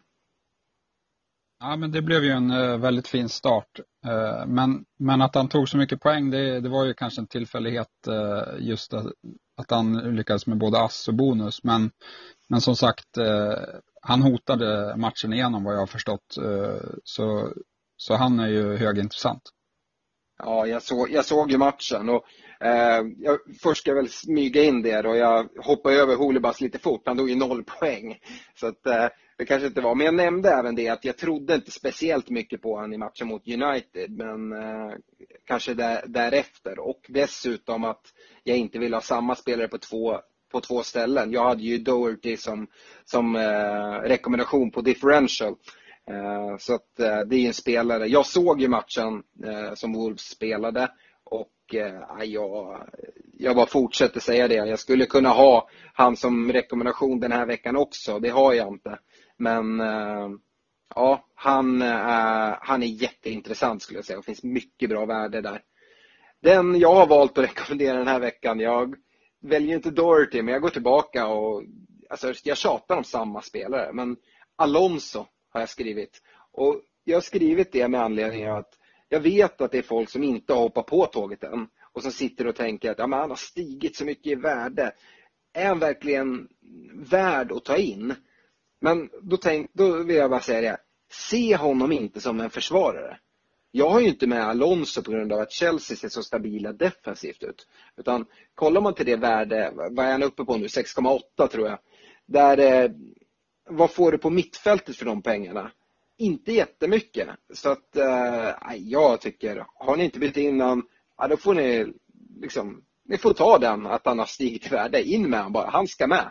Ja, men det blev ju en uh, väldigt fin start. Uh, men, men att han tog så mycket poäng, det, det var ju kanske en tillfällighet uh, just att, att han lyckades med både ass och bonus. Men, men som sagt, uh, han hotade matchen igenom vad jag har förstått. Uh, så, så han är ju högintressant. Ja, jag, så, jag såg ju matchen och eh, jag, först ska jag väl smyga in där och jag hoppade över Holebas lite fort. Han tog ju noll poäng. Så att, eh, det kanske inte var. Men jag nämnde även det att jag trodde inte speciellt mycket på han i matchen mot United. Men eh, kanske där, därefter. Och dessutom att jag inte vill ha samma spelare på två, på två ställen. Jag hade ju Doherty som, som eh, rekommendation på differential. Uh, så att uh, det är en spelare. Jag såg ju matchen uh, som Wolves spelade och uh, jag, jag bara fortsätter säga det. Jag skulle kunna ha han som rekommendation den här veckan också. Det har jag inte. Men uh, ja, han, uh, han är jätteintressant skulle jag säga. Det finns mycket bra värde där. Den jag har valt att rekommendera den här veckan. Jag väljer inte Doherty, men jag går tillbaka och alltså, jag tjatar om samma spelare. Men Alonso har jag skrivit. Och jag har skrivit det med anledning av att jag vet att det är folk som inte har hoppat på tåget än. Och som sitter och tänker att ja, men han har stigit så mycket i värde. Är han verkligen värd att ta in? Men då, tänk, då vill jag bara säga det. Se honom inte som en försvarare. Jag har ju inte med Alonso på grund av att Chelsea ser så stabila defensivt ut. Utan kollar man till det värde, vad är han uppe på nu? sex komma åtta tror jag. Där... Vad får du på mittfältet för de pengarna? Inte jättemycket. Så att eh, jag tycker, har ni inte bytt innan, ja, då får ni liksom, ni får ta den att han har stigit i värde. In med han bara, han ska med.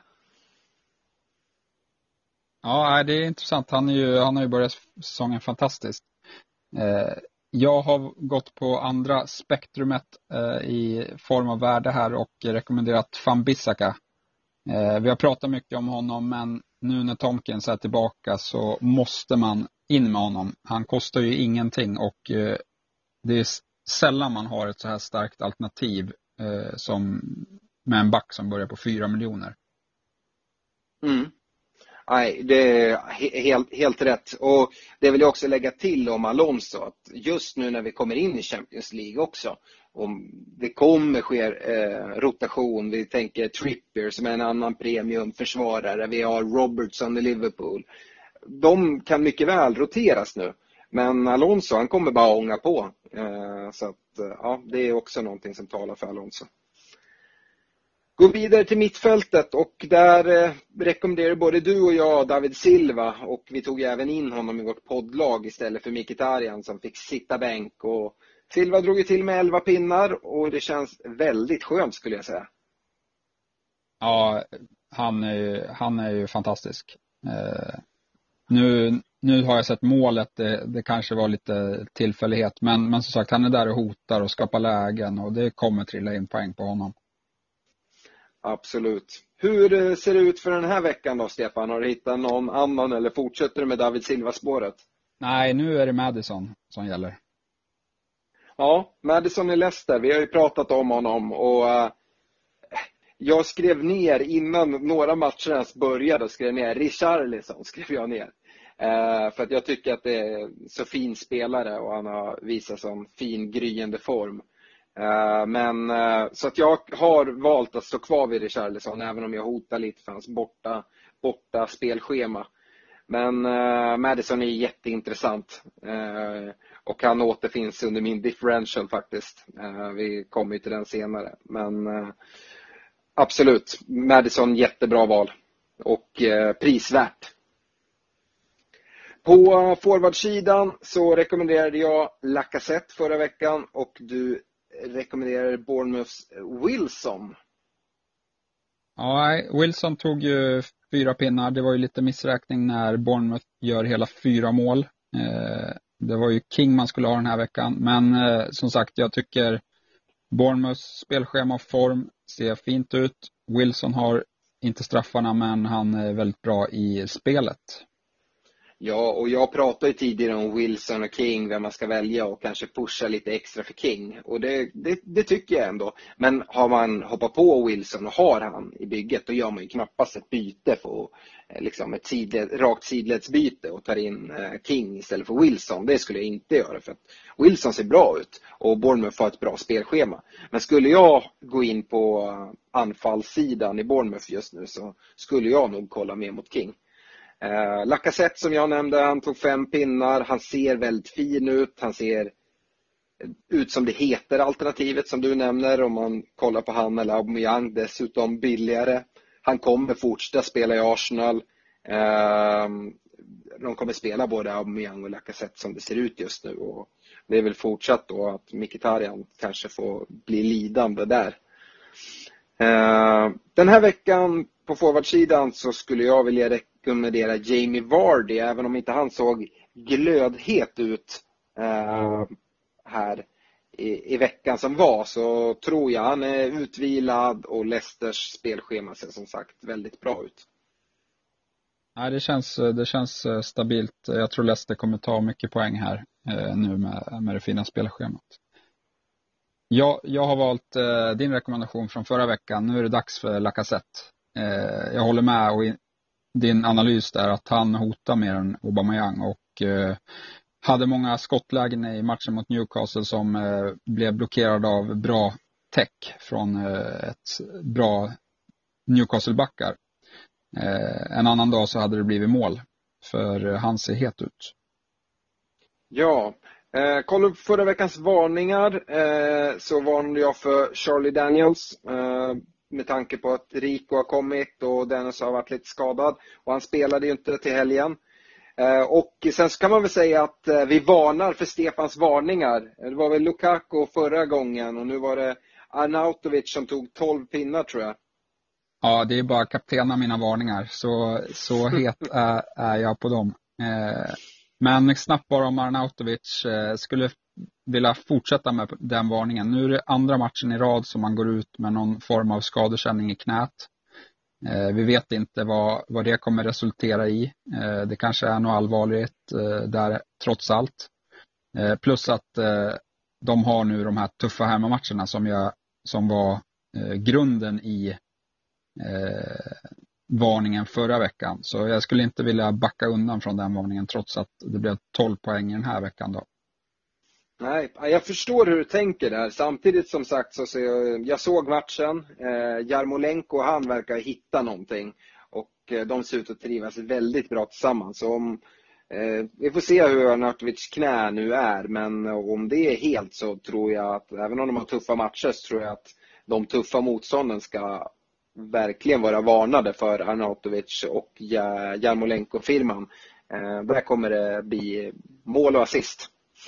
Ja, det är intressant. Han, är ju, han har ju börjat säsongen fantastiskt. Eh, jag har gått på andra spektrumet eh, i form av värde här och rekommenderat Van Bissaka. Eh, vi har pratat mycket om honom, men nu när Tomkins är tillbaka så måste man in med honom. Han kostar ju ingenting och eh, det är sällan man har ett så här starkt alternativ eh, som med en back som börjar på fyra miljoner. Mm. Nej, det är helt, helt rätt. Och det vill jag också lägga till om Alonso. Att just nu när vi kommer in i Champions League också. Om det kommer ske eh, rotation. Vi tänker Trippier som är en annan premiumförsvarare. Vi har Robertson i Liverpool. De kan mycket väl roteras nu. Men Alonso, han kommer bara ånga på. Eh, så att, ja, det är också någonting som talar för Alonso. Gå vidare till mittfältet och där eh, rekommenderar både du och jag David Silva och vi tog även in honom i vårt poddlag istället för Mkhitaryan som fick sitta bänk och Silva drog ju till med elva pinnar och det känns väldigt skönt skulle jag säga. Ja, han är ju, han är ju fantastisk. Eh, nu, nu har jag sett målet, det, det kanske var lite tillfällighet men, men som sagt han är där och hotar och skapar lägen och det kommer trilla in poäng på honom. Absolut. Hur ser det ut för den här veckan då, Stefan? Har du hittat någon annan eller fortsätter du med David Silva-spåret? Nej, nu är det Madison som gäller. Ja, Madison i Leicester. Vi har ju pratat om honom och uh, jag skrev ner innan några matcher ens började skrev ner Richarlison skrev jag ner. Uh, för att jag tycker att det är så fin spelare och han har visat sån fin gryende form. Uh, men uh, så att jag har valt att stå kvar vid Richarlison även om jag hotar lite för hans borta, borta spelschema. Men uh, Madison är jätteintressant. Uh, och han återfinns under min differential faktiskt. Uh, vi kommer ju till den senare. Men uh, absolut, Madison jättebra val. Och uh, prisvärt. På forwardsidan så rekommenderade jag Lacazette förra veckan. Och du rekommenderade Bournemouths Wilson. Ja, Wilson tog ju fyra pinnar. Det var ju lite missräkning när Bournemouth gör hela fyra mål. Eh, det var ju King man skulle ha den här veckan. Men eh, som sagt, jag tycker Bournemouths spelschema och form ser fint ut. Wilson har inte straffarna, men han är väldigt bra i spelet. Ja, och jag pratade ju tidigare om Wilson och King, vem man ska välja och kanske pusha lite extra för King. Och det, det, det tycker jag ändå. Men har man hoppat på Wilson och har han i bygget, då gör man ju knappast ett byte för liksom ett sidled, rakt sidledsbyte och tar in King istället för Wilson. Det skulle jag inte göra, för att Wilson ser bra ut och Bournemouth får ett bra spelschema. Men skulle jag gå in på anfallssidan i Bournemouth just nu, så skulle jag nog kolla mer mot King. Uh, Lacazette som jag nämnde, han tog fem pinnar. Han ser väldigt fin ut. Han ser ut som det heter alternativet som du nämner. Om man kollar på han eller Aubameyang, dessutom billigare. Han kommer fortsätta spela i Arsenal. uh, De kommer spela både Aubameyang och Lacazette som det ser ut just nu. Och det är väl fortsatt då att Mkhitaryan kanske får bli lidande där. uh, Den här veckan på forwardsidan så skulle jag vilja rekommendera Jamie Vardy, även om inte han såg glödhet ut eh, här i, i veckan som var, så tror jag han är utvilad och Leicesters spelschema ser som sagt väldigt bra ut. Nej, det känns, det känns stabilt. Jag tror Leicester kommer ta mycket poäng här eh, nu med, med det fina spelschemat. Jag, jag har valt eh, din rekommendation från förra veckan. Nu är det dags för Lacazette. Jag håller med och din analys där att han hotar mer än Aubameyang och eh, hade många skottlägen i matchen mot Newcastle som eh, blev blockerade av bra tech från eh, ett bra Newcastle-backar. Eh, en annan dag så hade det blivit mål, för han ser het ut. Ja, eh, kolla upp förra veckans varningar, eh, så varnade jag för Charlie Daniels. Eh, med tanke på att Rico har kommit och Dennis har varit lite skadad. Och han spelade ju inte till helgen. Eh, och sen så kan man väl säga att eh, vi varnar för Stefans varningar. Det var väl Lukaku förra gången och nu var det Arnautovic som tog tolv pinnar tror jag. Ja, det är bara kaptena mina varningar. Så, så het är, är jag på dem. Eh, men snabbt bara om Arnautovic. Eh, skulle vilja fortsätta med den varningen. Nu är det andra matchen i rad som man går ut med någon form av skadekänning i knät. Eh, vi vet inte vad, vad det kommer resultera i. Eh, det kanske är något allvarligt eh, där trots allt. Eh, plus att eh, de har nu de här tuffa hemmamatcherna som, jag, som var eh, grunden i eh, varningen förra veckan. Så jag skulle inte vilja backa undan från den varningen trots att det blev tolv poäng i den här veckan då. Nej, jag förstår hur du tänker där. Samtidigt som sagt så, så jag, jag såg matchen. Eh, Jarmolenko och han verkar hitta någonting. Och eh, de ser ut att trivas väldigt bra tillsammans. Så om, eh, vi får se hur Arnautovics knä nu är. Men om det är helt så tror jag att, även om de har tuffa matcher, så tror jag att de tuffa motstånden ska verkligen vara varnade för Arnautovic och Jarmolenko-firman. Eh, där kommer det bli mål och assist.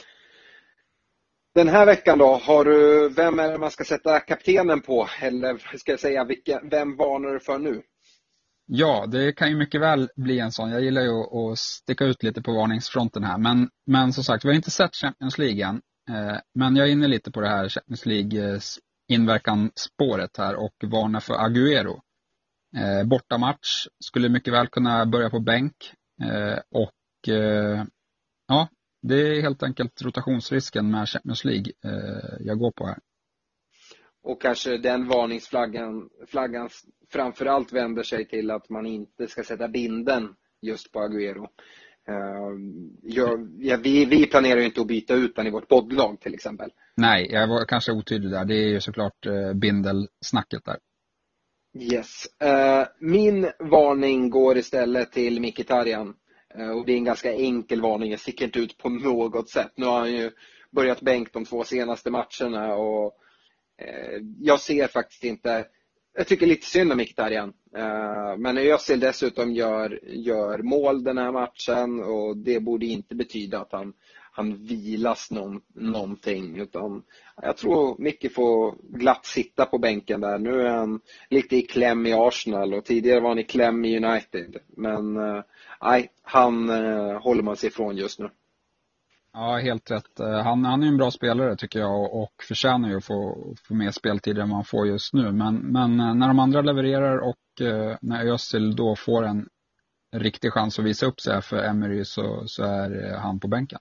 Den här veckan då, har du, vem är det man ska sätta kaptenen på? Eller ska jag säga, vilka, vem varnar du för nu? Ja, det kan ju mycket väl bli en sån. Jag gillar ju att, att sticka ut lite på varningsfronten här. Men, men som sagt, vi har inte sett Champions League än. Eh, men jag är inne lite på det här Champions League inverkan spåret här och varnar för Agüero. Eh, bortamatch skulle mycket väl kunna börja på bänk. Eh, och eh, ja, det är helt enkelt rotationsrisken med Champions League eh, jag går på här. Och kanske den varningsflaggan flaggan framförallt vänder sig till att man inte ska sätta binden just på Agüero. Uh, jag, ja, vi, vi planerar ju inte att byta ut den i vårt poddlag till exempel. Nej, jag var kanske otydlig där. Det är ju såklart uh, bindelsnacket där. Yes. Uh, min varning går istället till Mkhitaryan. Uh, och det är en ganska enkel varning. Jag sticker inte ut på något sätt. Nu har han ju börjat bänk de två senaste matcherna. Och uh, jag ser faktiskt inte... Jag tycker lite synd om Mkhitaryan. Uh, men Özil dessutom gör, gör mål den här matchen. Och det borde inte betyda att han... han vilas någon, någonting, utan jag tror Micke får glatt sitta på bänken där. Nu är han lite i kläm i Arsenal och tidigare var han i kläm i United. Men nej, uh, han uh, håller man sig ifrån just nu. Ja, helt rätt. Han, han är en bra spelare tycker jag och förtjänar ju att få, få mer speltid än man får just nu. Men, men när de andra levererar och uh, när Özil då får en riktig chans att visa upp sig för Emery så, så är han på bänken.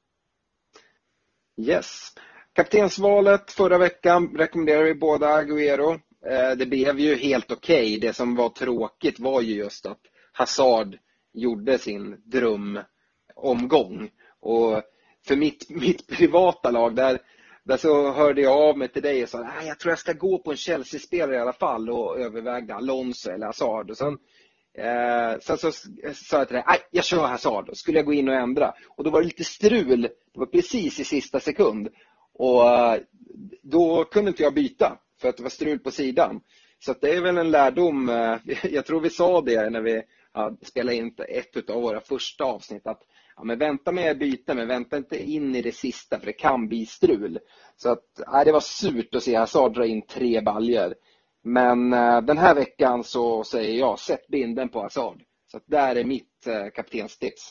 Yes. Kaptensvalet förra veckan rekommenderar vi båda Agüero. Eh, det blev ju helt okej. Okay. Det som var tråkigt var ju just att Hazard gjorde sin drömomgång. Och för mitt, mitt privata lag där, där så hörde jag av mig till dig och sa att jag tror jag ska gå på en Chelsea-spelare i alla fall och övervägde Alonso eller Hazard. Och sen Eh, sen så sa jag till dig, nej jag kör Hazard. Då skulle jag gå in och ändra. Och då var det lite strul. Det var precis i sista sekund. Och eh, då kunde inte jag byta. För att det var strul på sidan. Så att det är väl en lärdom. Eh, jag tror vi sa det när vi ja, spelade in ett av våra första avsnitt. Att ja, men vänta med att byta. Men vänta inte in i det sista. För det kan bli strul. Så att eh, det var surt att se Hazard dra in tre baljer. Men eh, den här veckan så säger jag, sätt binden på Hazard. Så att där är mitt eh, kaptenstips.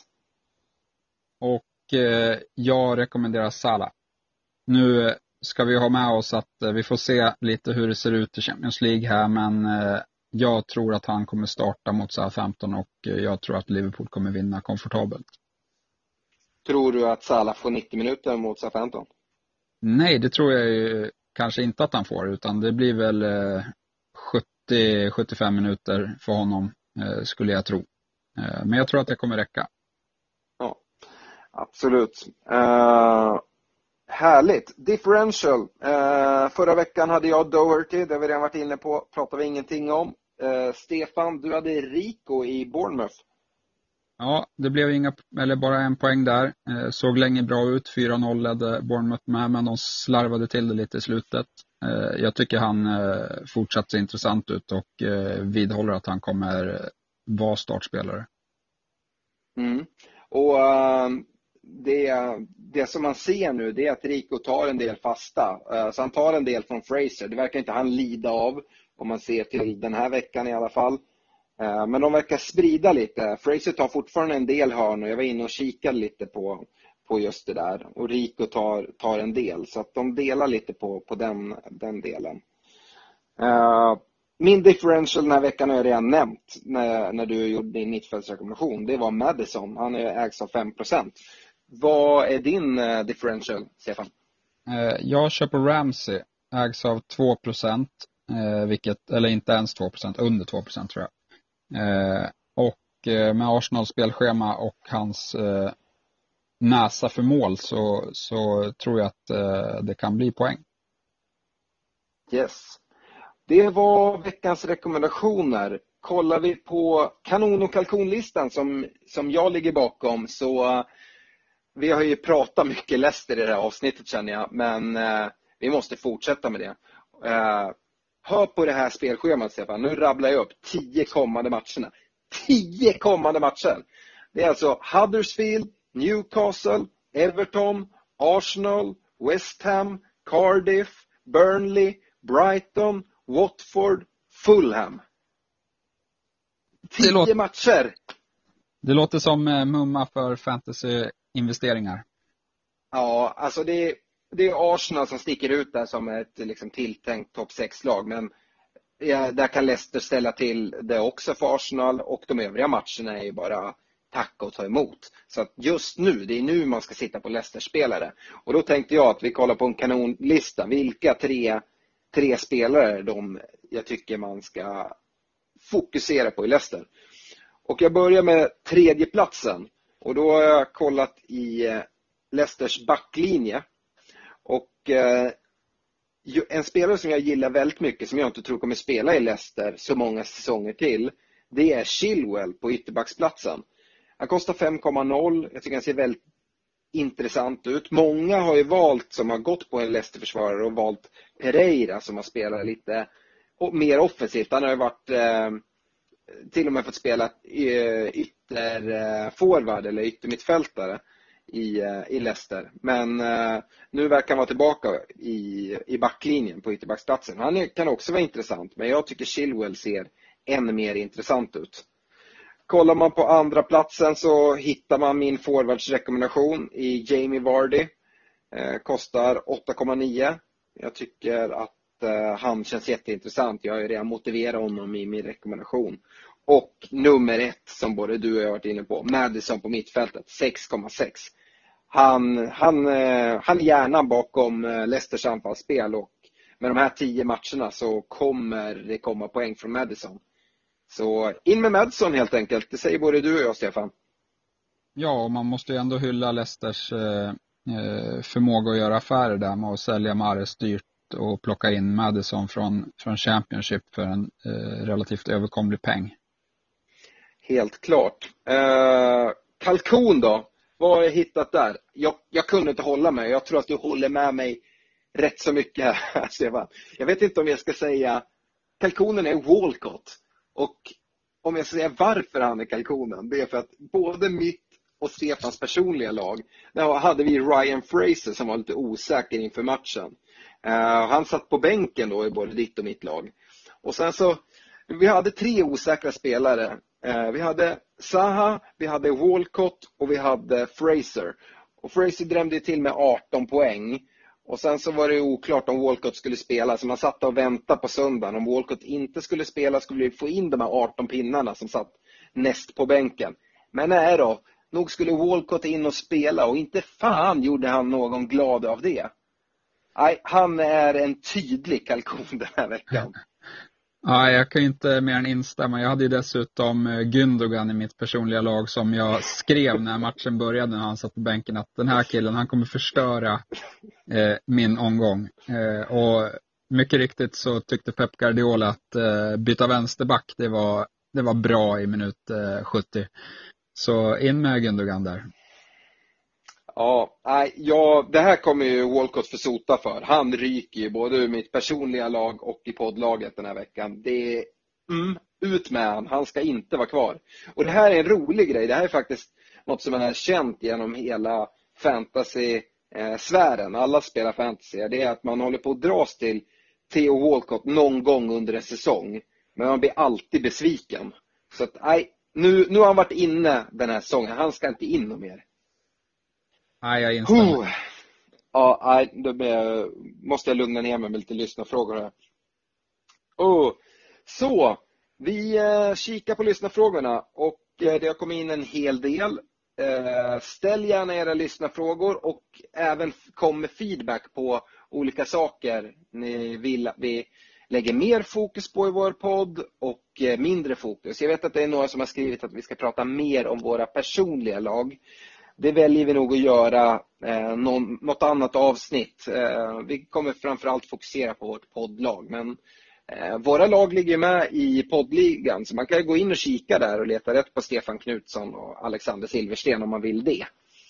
Och eh, jag rekommenderar Salah. Nu ska vi ha med oss att eh, vi får se lite hur det ser ut i Champions League här. Men eh, jag tror att han kommer starta mot Southampton och eh, jag tror att Liverpool kommer vinna komfortabelt. Tror du att Salah får nittio minuter mot Southampton? Nej, det tror jag ju kanske inte att han får. Utan det blir väl... Eh, sjuttio till sjuttiofem minuter för honom eh, skulle jag tro. Eh, men jag tror att det kommer räcka. Ja, absolut. Uh, härligt. Differential. Uh, förra veckan hade jag Doherty, det har vi redan varit inne på. Pratar vi ingenting om. Uh, Stefan, du hade Rico i Bournemouth. Ja, det blev inga, eller bara en poäng där. Eh, såg länge bra ut. fyra noll ledde Bournemouth med, men de slarvade till det lite i slutet. Eh, jag tycker han eh, fortsatt ser intressant ut och eh, vidhåller att han kommer vara startspelare. Mm. Och uh, det, det som man ser nu det är att Rico tar en del fasta. Uh, så han tar en del från Fraser. Det verkar inte han lida av om man ser till den här veckan i alla fall. Men de verkar sprida lite. Fraser tar fortfarande en del hörn och jag var inne och kikade lite på, på just det där. Och Rico tar, tar en del. Så att de delar lite på, på den, den delen. Uh, min differential den här veckan har jag redan nämnt när, när du gjorde din mittfältsrekommendation. Det var Maddison. Han är ägs av fem procent. Vad är din uh, differential, Stefan? Uh, jag köper Ramsey. Ägs av två procent. Uh, vilket, eller inte ens två procent. Under två procent tror jag. Eh, och eh, med Arsenals spelschema och hans eh, näsa för mål så, så tror jag att eh, det kan bli poäng. Yes. Det var veckans rekommendationer. Kollar vi på kanon- och kalkonlistan som, som jag ligger bakom så uh, vi har ju pratat mycket Leicester i det här avsnittet känner jag, men uh, vi måste fortsätta med det. Uh, Hör på det här spelschemat, Stefan. Nu rabblar jag upp tio kommande matcherna. Tio kommande matcher. Det är alltså Huddersfield, Newcastle, Everton, Arsenal, West Ham, Cardiff, Burnley, Brighton, Watford, Fulham. Tio låter, matcher. Det låter som eh, mumma för fantasy-investeringar. Ja, alltså det är... Det är Arsenal som sticker ut där som ett liksom, tilltänkt topp sex-lag. Men ja, där kan Leicester ställa till det också för Arsenal. Och de övriga matcherna är ju bara tacka och ta emot. Så att just nu, det är nu man ska sitta på Leicester-spelare. Och då tänkte jag att vi kollar på en kanonlista. Vilka tre, tre spelare de jag tycker man ska fokusera på i Leicester. Och jag börjar med tredje platsen. Och då har jag kollat i Leicesters backlinje. Och eh, en spelare som jag gillar väldigt mycket, som jag inte tror kommer spela i Leicester så många säsonger till, det är Chilwell på ytterbacksplatsen. Han kostar fem komma noll. Jag tycker han ser väldigt intressant ut. Många har ju valt, som har gått på en Leicester-försvarare, och valt Pereira som har spelat lite mer offensivt. Han har ju varit eh, till och med fått spela ytterforward eller yttermittfältare i, i Leicester. Men eh, nu verkar han vara tillbaka i, i backlinjen på ytterbacksplatsen. Han är, kan också vara intressant, men jag tycker Chilwell ser än mer intressant ut. Kollar man på andra platsen så hittar man min forwardsrekommendation i Jamie Vardy. Eh, kostar åtta komma nio. Jag tycker att eh, han känns jätteintressant. Jag har ju redan motiverat honom i min rekommendation. Och nummer ett, som både du och jag har varit inne på, Maddison på mittfältet, sex komma sex. Han, han, eh, han är hjärnan bakom eh, Leicesters anfallsspel, och med de här tio matcherna så kommer det komma poäng från Maddison. Så in med Maddison helt enkelt. Det säger både du och jag, Stefan. Ja, och man måste ju ändå hylla Leicesters eh, förmåga att göra affärer där med att sälja Mahrez dyrt och plocka in Maddison från, från Championship för en eh, relativt överkomlig peng. Helt klart. Eh, kalkon då? Vad har jag hittat där? Jag, jag kunde inte hålla mig. Jag tror att du håller med mig rätt så mycket här, Stefan. Jag vet inte om jag ska säga kalkonen är Walcott. Och om jag ska säga varför han är kalkonen, det är för att både mitt och Stefans personliga lag, där hade vi Ryan Fraser som var lite osäker inför matchen. Uh, han satt på bänken då i både ditt och mitt lag. Och sen så, vi hade tre osäkra spelare. Uh, vi hade Zaha, vi hade Walcott och vi hade Fraser. Och Fraser drämde till med arton poäng. Och sen så var det oklart om Walcott skulle spela, så man satt och väntade på söndagen. Om Walcott inte skulle spela skulle vi få in de här arton pinnarna som satt näst på bänken. Men nej då, nog skulle Walcott in och spela, och inte fan gjorde han någon glad av det. Nej, han är en tydlig kalkon den här veckan. Ja, jag kan inte mer än instämma. Jag hade ju dessutom Gündogan i mitt personliga lag som jag skrev när matchen började, när han satt på bänken, att den här killen, han kommer förstöra eh, min omgång. Eh, och mycket riktigt så tyckte Pep Guardiola att eh, byta vänsterback, det var, det var bra i minut eh, sjuttio. Så in med Gündogan där. Ja, ja, det här kommer ju Walcott för sota för. Han ryker ju både ur mitt personliga lag och i poddlaget den här veckan. Det är mm, ut med han. Han ska inte vara kvar. Och det här är en rolig grej. Det här är faktiskt något som man har känt genom hela fantasy-sfären. Alla spelar fantasy. Det är att man håller på att dras till Theo Walcott någon gång under en säsong. Men man blir alltid besviken. Så att, nej, nu, nu har han varit inne den här säsongen. Han ska inte in och mer. Nej, jag instämmer. Oh. Ja, då måste jag lugna ner mig med lite lyssnarfrågor här. Oh. Så, vi eh, kikar på lyssnarfrågorna, och eh, det har kommit in en hel del. Eh, ställ gärna era lyssnarfrågor, och även kom med feedback på olika saker ni vill att vi lägger mer fokus på i vår podd och eh, mindre fokus. Jag vet att det är några som har skrivit att vi ska prata mer om våra personliga lag. Det väljer vi nog att göra eh, någon, något annat avsnitt. Eh, vi kommer framförallt fokusera på vårt poddlag. Men eh, våra lag ligger med i poddligan. Så man kan gå in och kika där och leta rätt på Stefan Knutsson och Alexander Silversten om man vill det.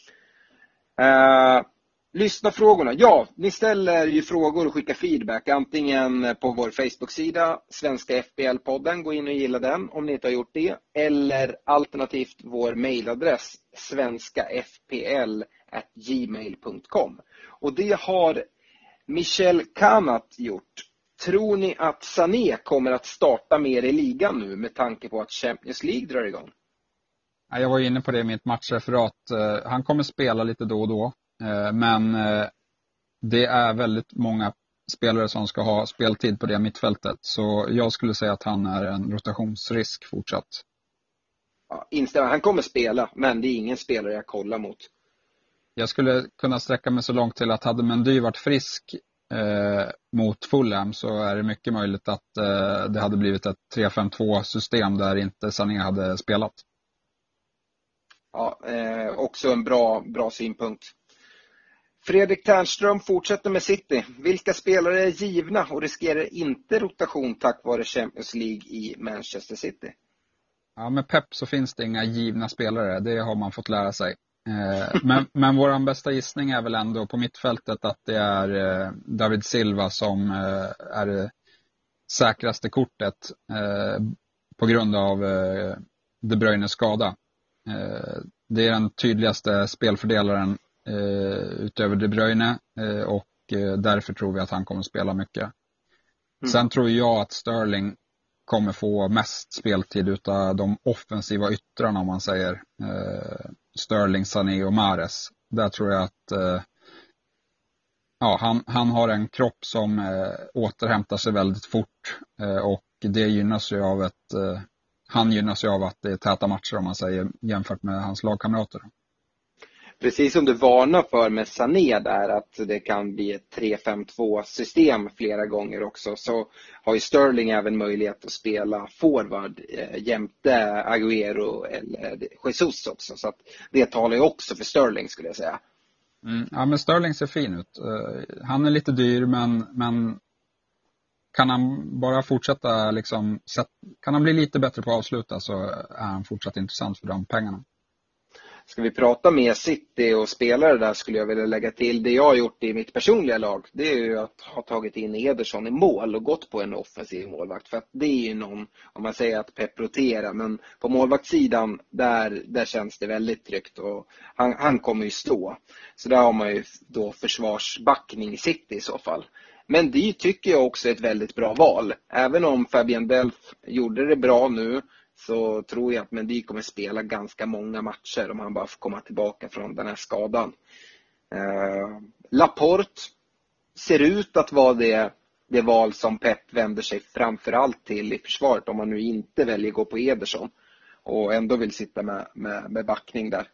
Eh, lyssna frågorna. Ja, ni ställer ju frågor och skickar feedback. Antingen på vår Facebook-sida, Svenska F B L-podden. Gå in och gilla den om ni inte har gjort det. Eller alternativt vår mailadress, svenskafpl at gmail punkt com. Och det har Michel Kanat gjort. Tror ni att Sané kommer att starta mer i ligan nu med tanke på att Champions League drar igång? Jag var inne på det i mitt matchreferat. Han kommer spela lite då och då. Men det är väldigt många spelare som ska ha speltid på det mittfältet. Så jag skulle säga att han är en rotationsrisk fortsatt. Ja, instämmer. Han kommer spela, men det är ingen spelare jag kollar mot. Jag skulle kunna sträcka mig så långt till att hade Mendy varit frisk eh, mot Fulham, så är det mycket möjligt att eh, det hade blivit ett tre fem två system där inte Sané hade spelat. Ja, eh, också en bra, bra synpunkt. Fredrik Ternström fortsätter med City. Vilka spelare är givna och riskerar inte rotation tack vare Champions League i Manchester City? Ja, med Pep så finns det inga givna spelare. Det har man fått lära sig. Eh, men, men våran bästa gissning är väl ändå på mittfältet att det är eh, David Silva som eh, är det säkraste kortet eh, på grund av eh, De Bruynes skada. Eh, det är den tydligaste spelfördelaren eh, utöver De Bruyne eh, och eh, därför tror vi att han kommer spela mycket. Mm. Sen tror jag att Sterling kommer få mest speltid utav de offensiva yttrarna om man säger. Eh, Sterling, Sané och Mahrez. Där tror jag att eh, ja, han, han har en kropp som eh, återhämtar sig väldigt fort eh, och det gynnas ju av ett eh, han gynnas ju av att det är täta matcher om man säger jämfört med hans lagkamrater. Precis som du varnar för med Sané där att det kan bli ett tre fem två system flera gånger också, så har ju Sterling även möjlighet att spela forward eh, jämte Agüero eller Jesus också, så att det talar ju också för Sterling skulle jag säga. Mm, ja, men Sterling ser fin ut. Uh, han är lite dyr men, men kan han bara fortsätta liksom, set, kan han bli lite bättre på att avsluta så är han fortsatt intressant för de pengarna. Ska vi prata med City och spelare där skulle jag vilja lägga till. Det jag har gjort i mitt personliga lag, det är ju att ha tagit in Ederson i mål och gått på en offensiv målvakt. För att det är ju någon, om man säger att Pep roterar, men på målvaktssidan där, där känns det väldigt tryggt och han, han kommer ju stå. Så där har man ju då försvarsbackning i City i så fall. Men det tycker jag också är ett väldigt bra val. Även om Fabian Delph gjorde det bra nu, så tror jag att Mendy kommer spela ganska många matcher om han bara får komma tillbaka från den här skadan. Eh, Laporte ser ut att vara det, det val som Pep vänder sig framförallt till i försvaret om man nu inte väljer att gå på Ederson och ändå vill sitta med, med, med backning där.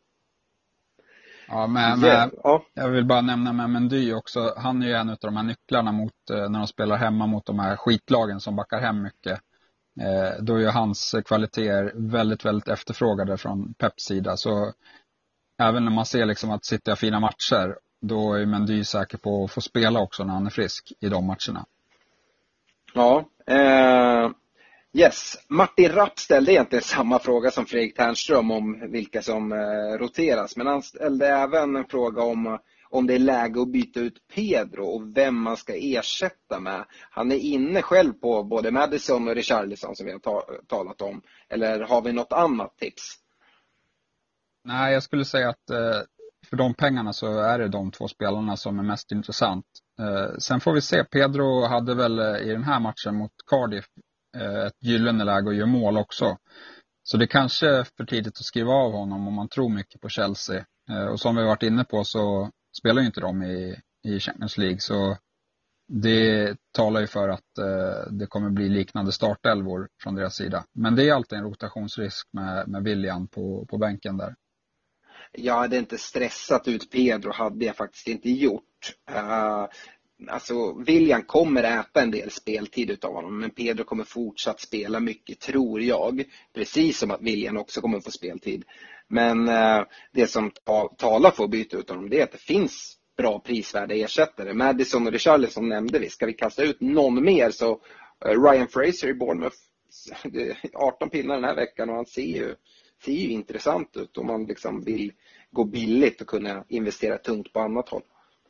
Ja, men, yeah. ja, jag vill bara nämna med Mendy också. Han är ju en av de här nycklarna mot, när de spelar hemma mot de här skitlagen som backar hem mycket. Eh, då är ju hans kvaliteter väldigt, väldigt efterfrågade från Peps sida. Så även när man ser liksom att sitta i fina matcher, då är Mendy säker på att få spela också när han är frisk i de matcherna. Ja, eh, yes. Martin Rapp ställde egentligen samma fråga som Fredrik Ternström om vilka som eh, roteras. Men han ställde även en fråga om om det är läge att byta ut Pedro och vem man ska ersätta med. Han är inne själv på både Maddison och Richarlison som vi har ta- talat om. Eller har vi något annat tips? Nej, jag skulle säga att eh, för de pengarna så är det de två spelarna som är mest intressant. Eh, sen får vi se. Pedro hade väl eh, i den här matchen mot Cardiff eh, ett gyllene läge att göra mål också. Så det kanske är för tidigt att skriva av honom om man tror mycket på Chelsea. Eh, och som vi har varit inne på så spelar ju inte de i, i Champions League, så det talar ju för att eh, det kommer bli liknande startelvor från deras sida. Men det är alltid en rotationsrisk med, med Willian på, på bänken där. Jag hade inte stressat ut Pedro, hade jag faktiskt inte gjort. Uh, alltså Willian kommer äta en del speltid utav honom, men Pedro kommer fortsatt spela mycket, tror jag. Precis som att Willian också kommer få speltid. Men eh, det som ta- talar för att byta ut honom, det är att det finns bra prisvärda ersättare. Maddison och Richarlison nämnde vi. Ska vi kasta ut någon mer så eh, Ryan Fraser i Bournemouth, arton pinnar den här veckan och han ser ju, ser ju intressant ut om man liksom vill gå billigt och kunna investera tungt på annat håll.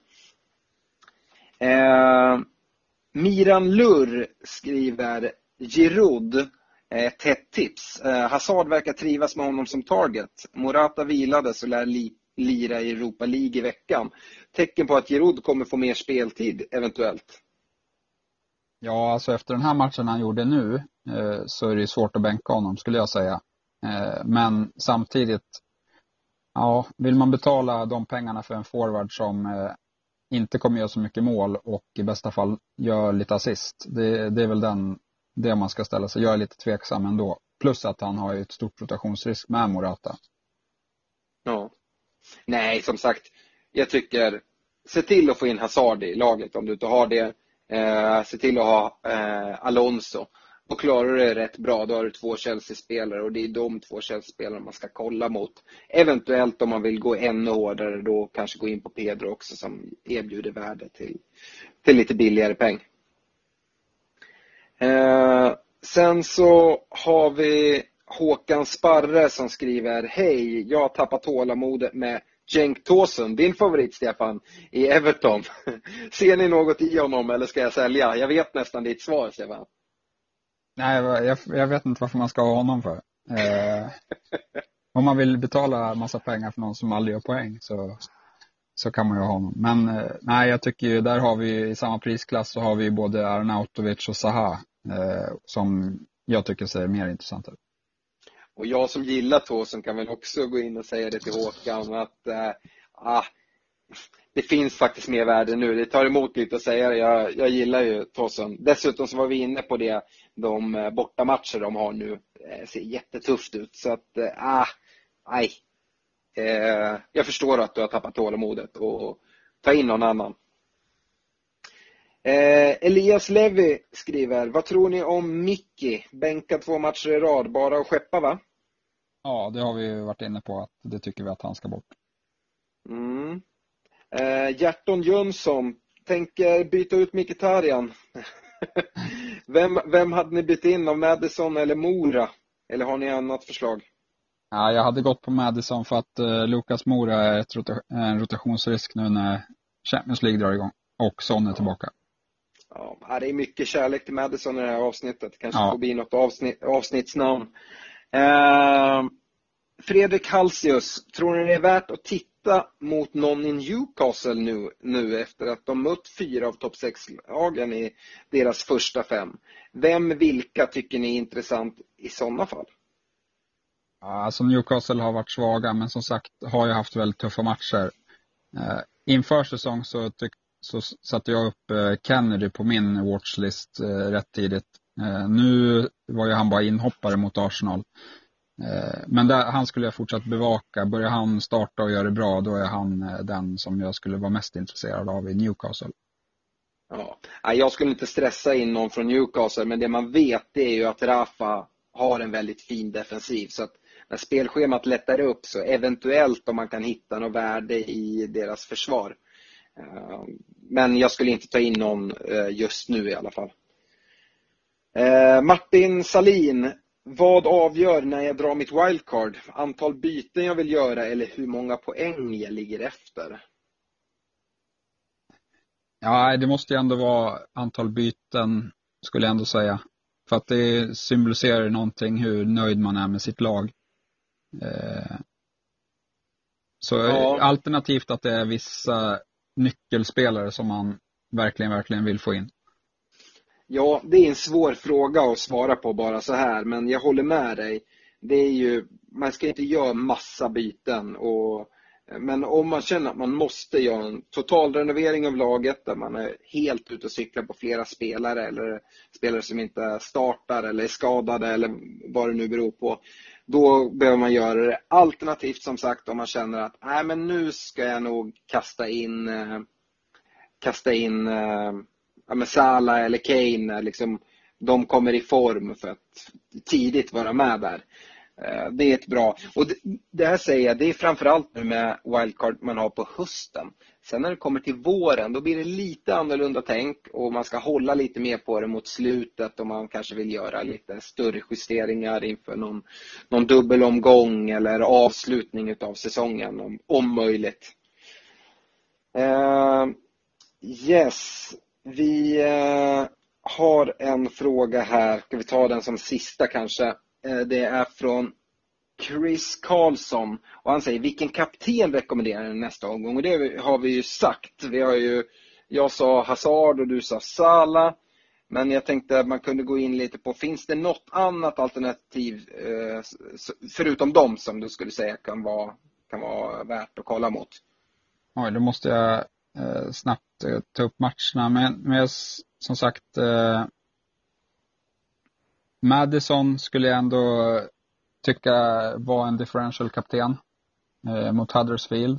Eh, Miran Lurr skriver Giroud. Ett hett tips. Eh, Hazard verkar trivas med honom som target. Morata vilades och lär li- lira i Europa League i veckan. Tecken på att Giroud kommer få mer speltid eventuellt. Ja, alltså efter den här matchen han gjorde nu eh, så är det svårt att bänka honom skulle jag säga. Eh, men samtidigt, ja, vill man betala de pengarna för en forward som eh, inte kommer göra så mycket mål och i bästa fall gör lite assist. Det, det är väl den det man ska ställa sig. Jag är lite tveksam ändå. Plus att han har ju ett stort rotationsrisk med Morata. Ja. Nej, som sagt, jag tycker se till att få in Hazard i laget om du inte har det. Eh, se till att ha eh, Alonso. då klarar du det rätt bra. Då har du två Chelsea-spelare och det är de två Chelsea-spelare man ska kolla mot. Eventuellt om man vill gå ännu hårdare då kanske gå in på Pedro också som erbjuder värde till, till lite billigare peng. Eh, sen så har vi Håkan Sparre som skriver: hej, jag har tappat tålamodet med Cenk Tosun, din favorit Stefan, i Everton. Ser ni något i honom eller ska jag sälja? Jag vet nästan ditt svar, Stefan. Nej, jag, jag vet inte varför man ska ha honom för. Eh, om man vill betala massa pengar för någon som aldrig gör poäng så, så kan man ju ha honom. Men eh, nej, jag tycker ju, där har vi i samma prisklass så har vi både Arnautovic och Zaha eh, som jag tycker ser mer intressant ut. Och jag som gillar Tosun kan väl också gå in och säga det till Håkan att äh, ah, det finns faktiskt mer värde nu. Det tar emot lite att säga det. Jag, jag gillar ju Tosun. Dessutom så var vi inne på det. De bortamatcher de har nu äh, ser jättetufft ut. Så att, äh, ah, nej. Äh, jag förstår att du har tappat tålamodet och ta in någon annan. Eh, Elias Levi skriver: vad tror ni om Mickey? Bänka två matcher i rad, bara att skeppa, va? Ja, det har vi varit inne på att det tycker vi att han ska bort. Mm. Eh, Hjärton Jönsson tänker byta ut Mkhitaryan. vem, vem hade ni bytt in av Madison eller Mora? Eller har ni annat förslag? Ja, jag hade gått på Madison för att uh, Lucas Mora är ett rota- en rotationsrisk nu när Champions League drar igång och Son är tillbaka. Ja, det är mycket kärlek till Madison i det här avsnittet. Kanske ja. får bli något avsnitt, avsnittsnamn. Eh, Fredrik Halsius, tror ni det är värt att titta mot någon i Newcastle nu, nu efter att de mött fyra av topp sex-lagen i deras första fem? Vem, vilka tycker ni är intressant i sådana fall? Ja, alltså Newcastle har varit svaga, men som sagt har jag haft väldigt tuffa matcher. Eh, inför säsong så tyckte så satte jag upp eh, Kennedy på min watchlist eh, rätt tidigt. Eh, nu var ju han bara inhoppare mot Arsenal. Eh, men där, han skulle jag fortsatt bevaka. Börjar han starta och göra det bra, då är han eh, den som jag skulle vara mest intresserad av i Newcastle. Ja, jag skulle inte stressa in någon från Newcastle, men det man vet det är ju att Rafa har en väldigt fin defensiv. Så att när spelschemat lättar upp så eventuellt om man kan hitta något värde i deras försvar. Men jag skulle inte ta in någon just nu i alla fall. Martin Salin: vad avgör när jag drar mitt wildcard? Antal byten jag vill göra eller hur många poäng jag ligger efter? Ja, det måste ju ändå vara antal byten, skulle jag ändå säga. För att det symboliserar någonting hur nöjd man är med sitt lag. Så ja. Alternativt att det är vissa nyckelspelare som man verkligen, verkligen vill få in. Ja, det är en svår fråga att svara på bara så här, men jag håller med dig. Det är ju, man ska inte göra massa byten, och, men om man känner att man måste göra en totalrenovering av laget där man är helt ute och cyklar på flera spelare eller spelare som inte startar eller är skadade eller vad det nu beror på, då behöver man göra det. Alternativt som sagt om man känner att nej, men nu ska jag nog kasta in eh, kasta in eh, ja, med Salah eller Kane, liksom, de kommer i form för att tidigt vara med där. Eh, det är ett bra, och det, det här säger jag, det är framförallt nu med wildcard man har på hösten. Sen när det kommer till våren, då blir det lite annorlunda tänk och man ska hålla lite mer på det mot slutet och man kanske vill göra lite större justeringar inför någon, någon dubbelomgång eller avslutning av säsongen om, om möjligt. Uh, yes, vi uh, har en fråga här. Ska vi ta den som sista kanske? Uh, det är från Chris Karlsson och han säger: vilken kapten rekommenderar ni nästa omgång? Och det har vi ju sagt. Vi har ju, jag sa Hazard och du sa Salah. Men jag tänkte att man kunde gå in lite på, finns det något annat alternativ eh, förutom dem som du skulle säga kan vara, kan vara värt att kolla mot? Oj, då måste jag eh, snabbt eh, ta upp matcherna. Men, men som sagt, eh, Madison skulle jag ändå tycka var en differential kapten eh, mot Huddersfield.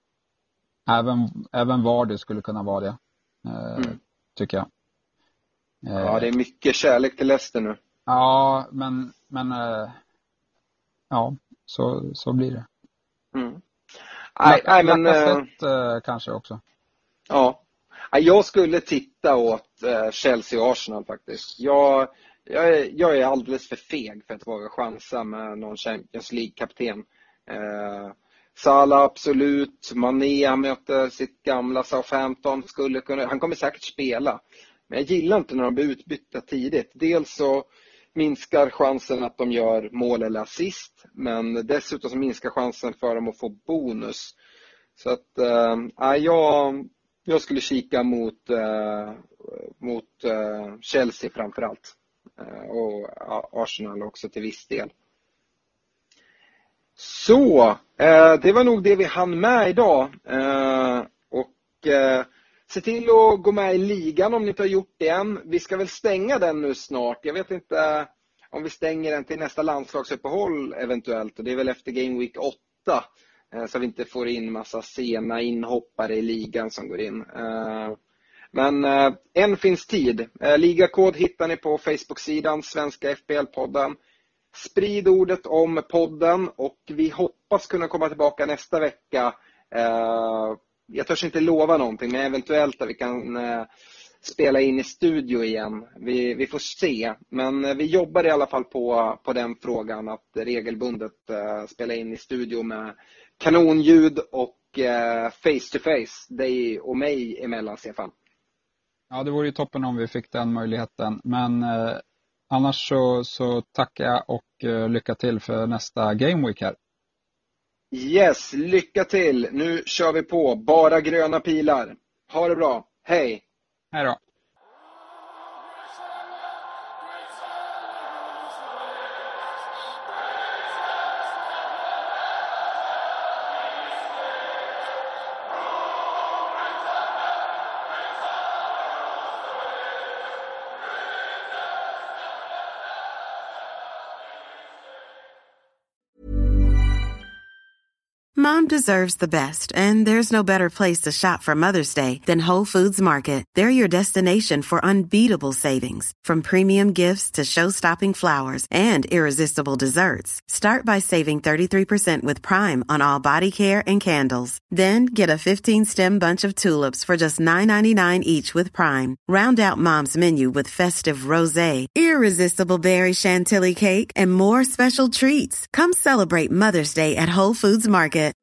Även, även Vardy skulle kunna vara det, eh, mm. tycker jag. Ja, det är mycket kärlek till Leicester nu. Ja, men, men ja, så, så blir det. Mm. Nej, nej, men Lacazette, äh, kanske också. Ja, jag skulle titta åt äh, Chelsea och Arsenal faktiskt. Jag, jag, är, jag är alldeles för feg för att våga chansa med någon Champions League-kapten. Äh, Salah absolut, Mané, han möter sitt gamla Southampton, skulle kunna, han kommer säkert spela. Men jag gillar inte när de blir utbytta tidigt. Dels så minskar chansen att de gör mål eller assist, men dessutom så minskar chansen för dem att få bonus. Så att äh, jag, jag skulle kika mot, äh, mot äh, Chelsea framförallt. Äh, och Arsenal också till viss del. Så, äh, det var nog det vi hann med idag. Äh, och äh, se till att gå med i ligan om ni inte har gjort det än. Vi ska väl stänga den nu snart. Jag vet inte om vi stänger den till nästa landslagsuppehåll eventuellt. Och det är väl efter Game Week åtta. Så vi inte får in massa sena inhoppare i ligan som går in. Men än finns tid. Ligakod hittar ni på Facebook-sidan Svenska F P L-podden. Sprid ordet om podden och vi hoppas kunna komma tillbaka nästa vecka. Jag törs inte lova någonting, men eventuellt att vi kan spela in i studio igen. Vi, vi får se. Men vi jobbar i alla fall på, på den frågan att regelbundet spela in i studio med kanonljud och face to face. Dig och mig emellan, Stefan. Ja, det vore ju toppen om vi fick den möjligheten. Men eh, annars så, så tackar jag och eh, lycka till för nästa Game Week här. Yes, lycka till. Nu kör vi på. Bara gröna pilar. Ha det bra. Hej. Hej då. Mom deserves the best, and there's no better place to shop for Mother's Day than Whole Foods Market. They're your destination for unbeatable savings, from premium gifts to show-stopping flowers and irresistible desserts. Start by saving thirty-three percent with Prime on all body care and candles. Then get a fifteen-stem bunch of tulips for just nine ninety-nine each with Prime. Round out Mom's menu with festive rosé, irresistible berry chantilly cake, and more special treats. Come celebrate Mother's Day at Whole Foods Market.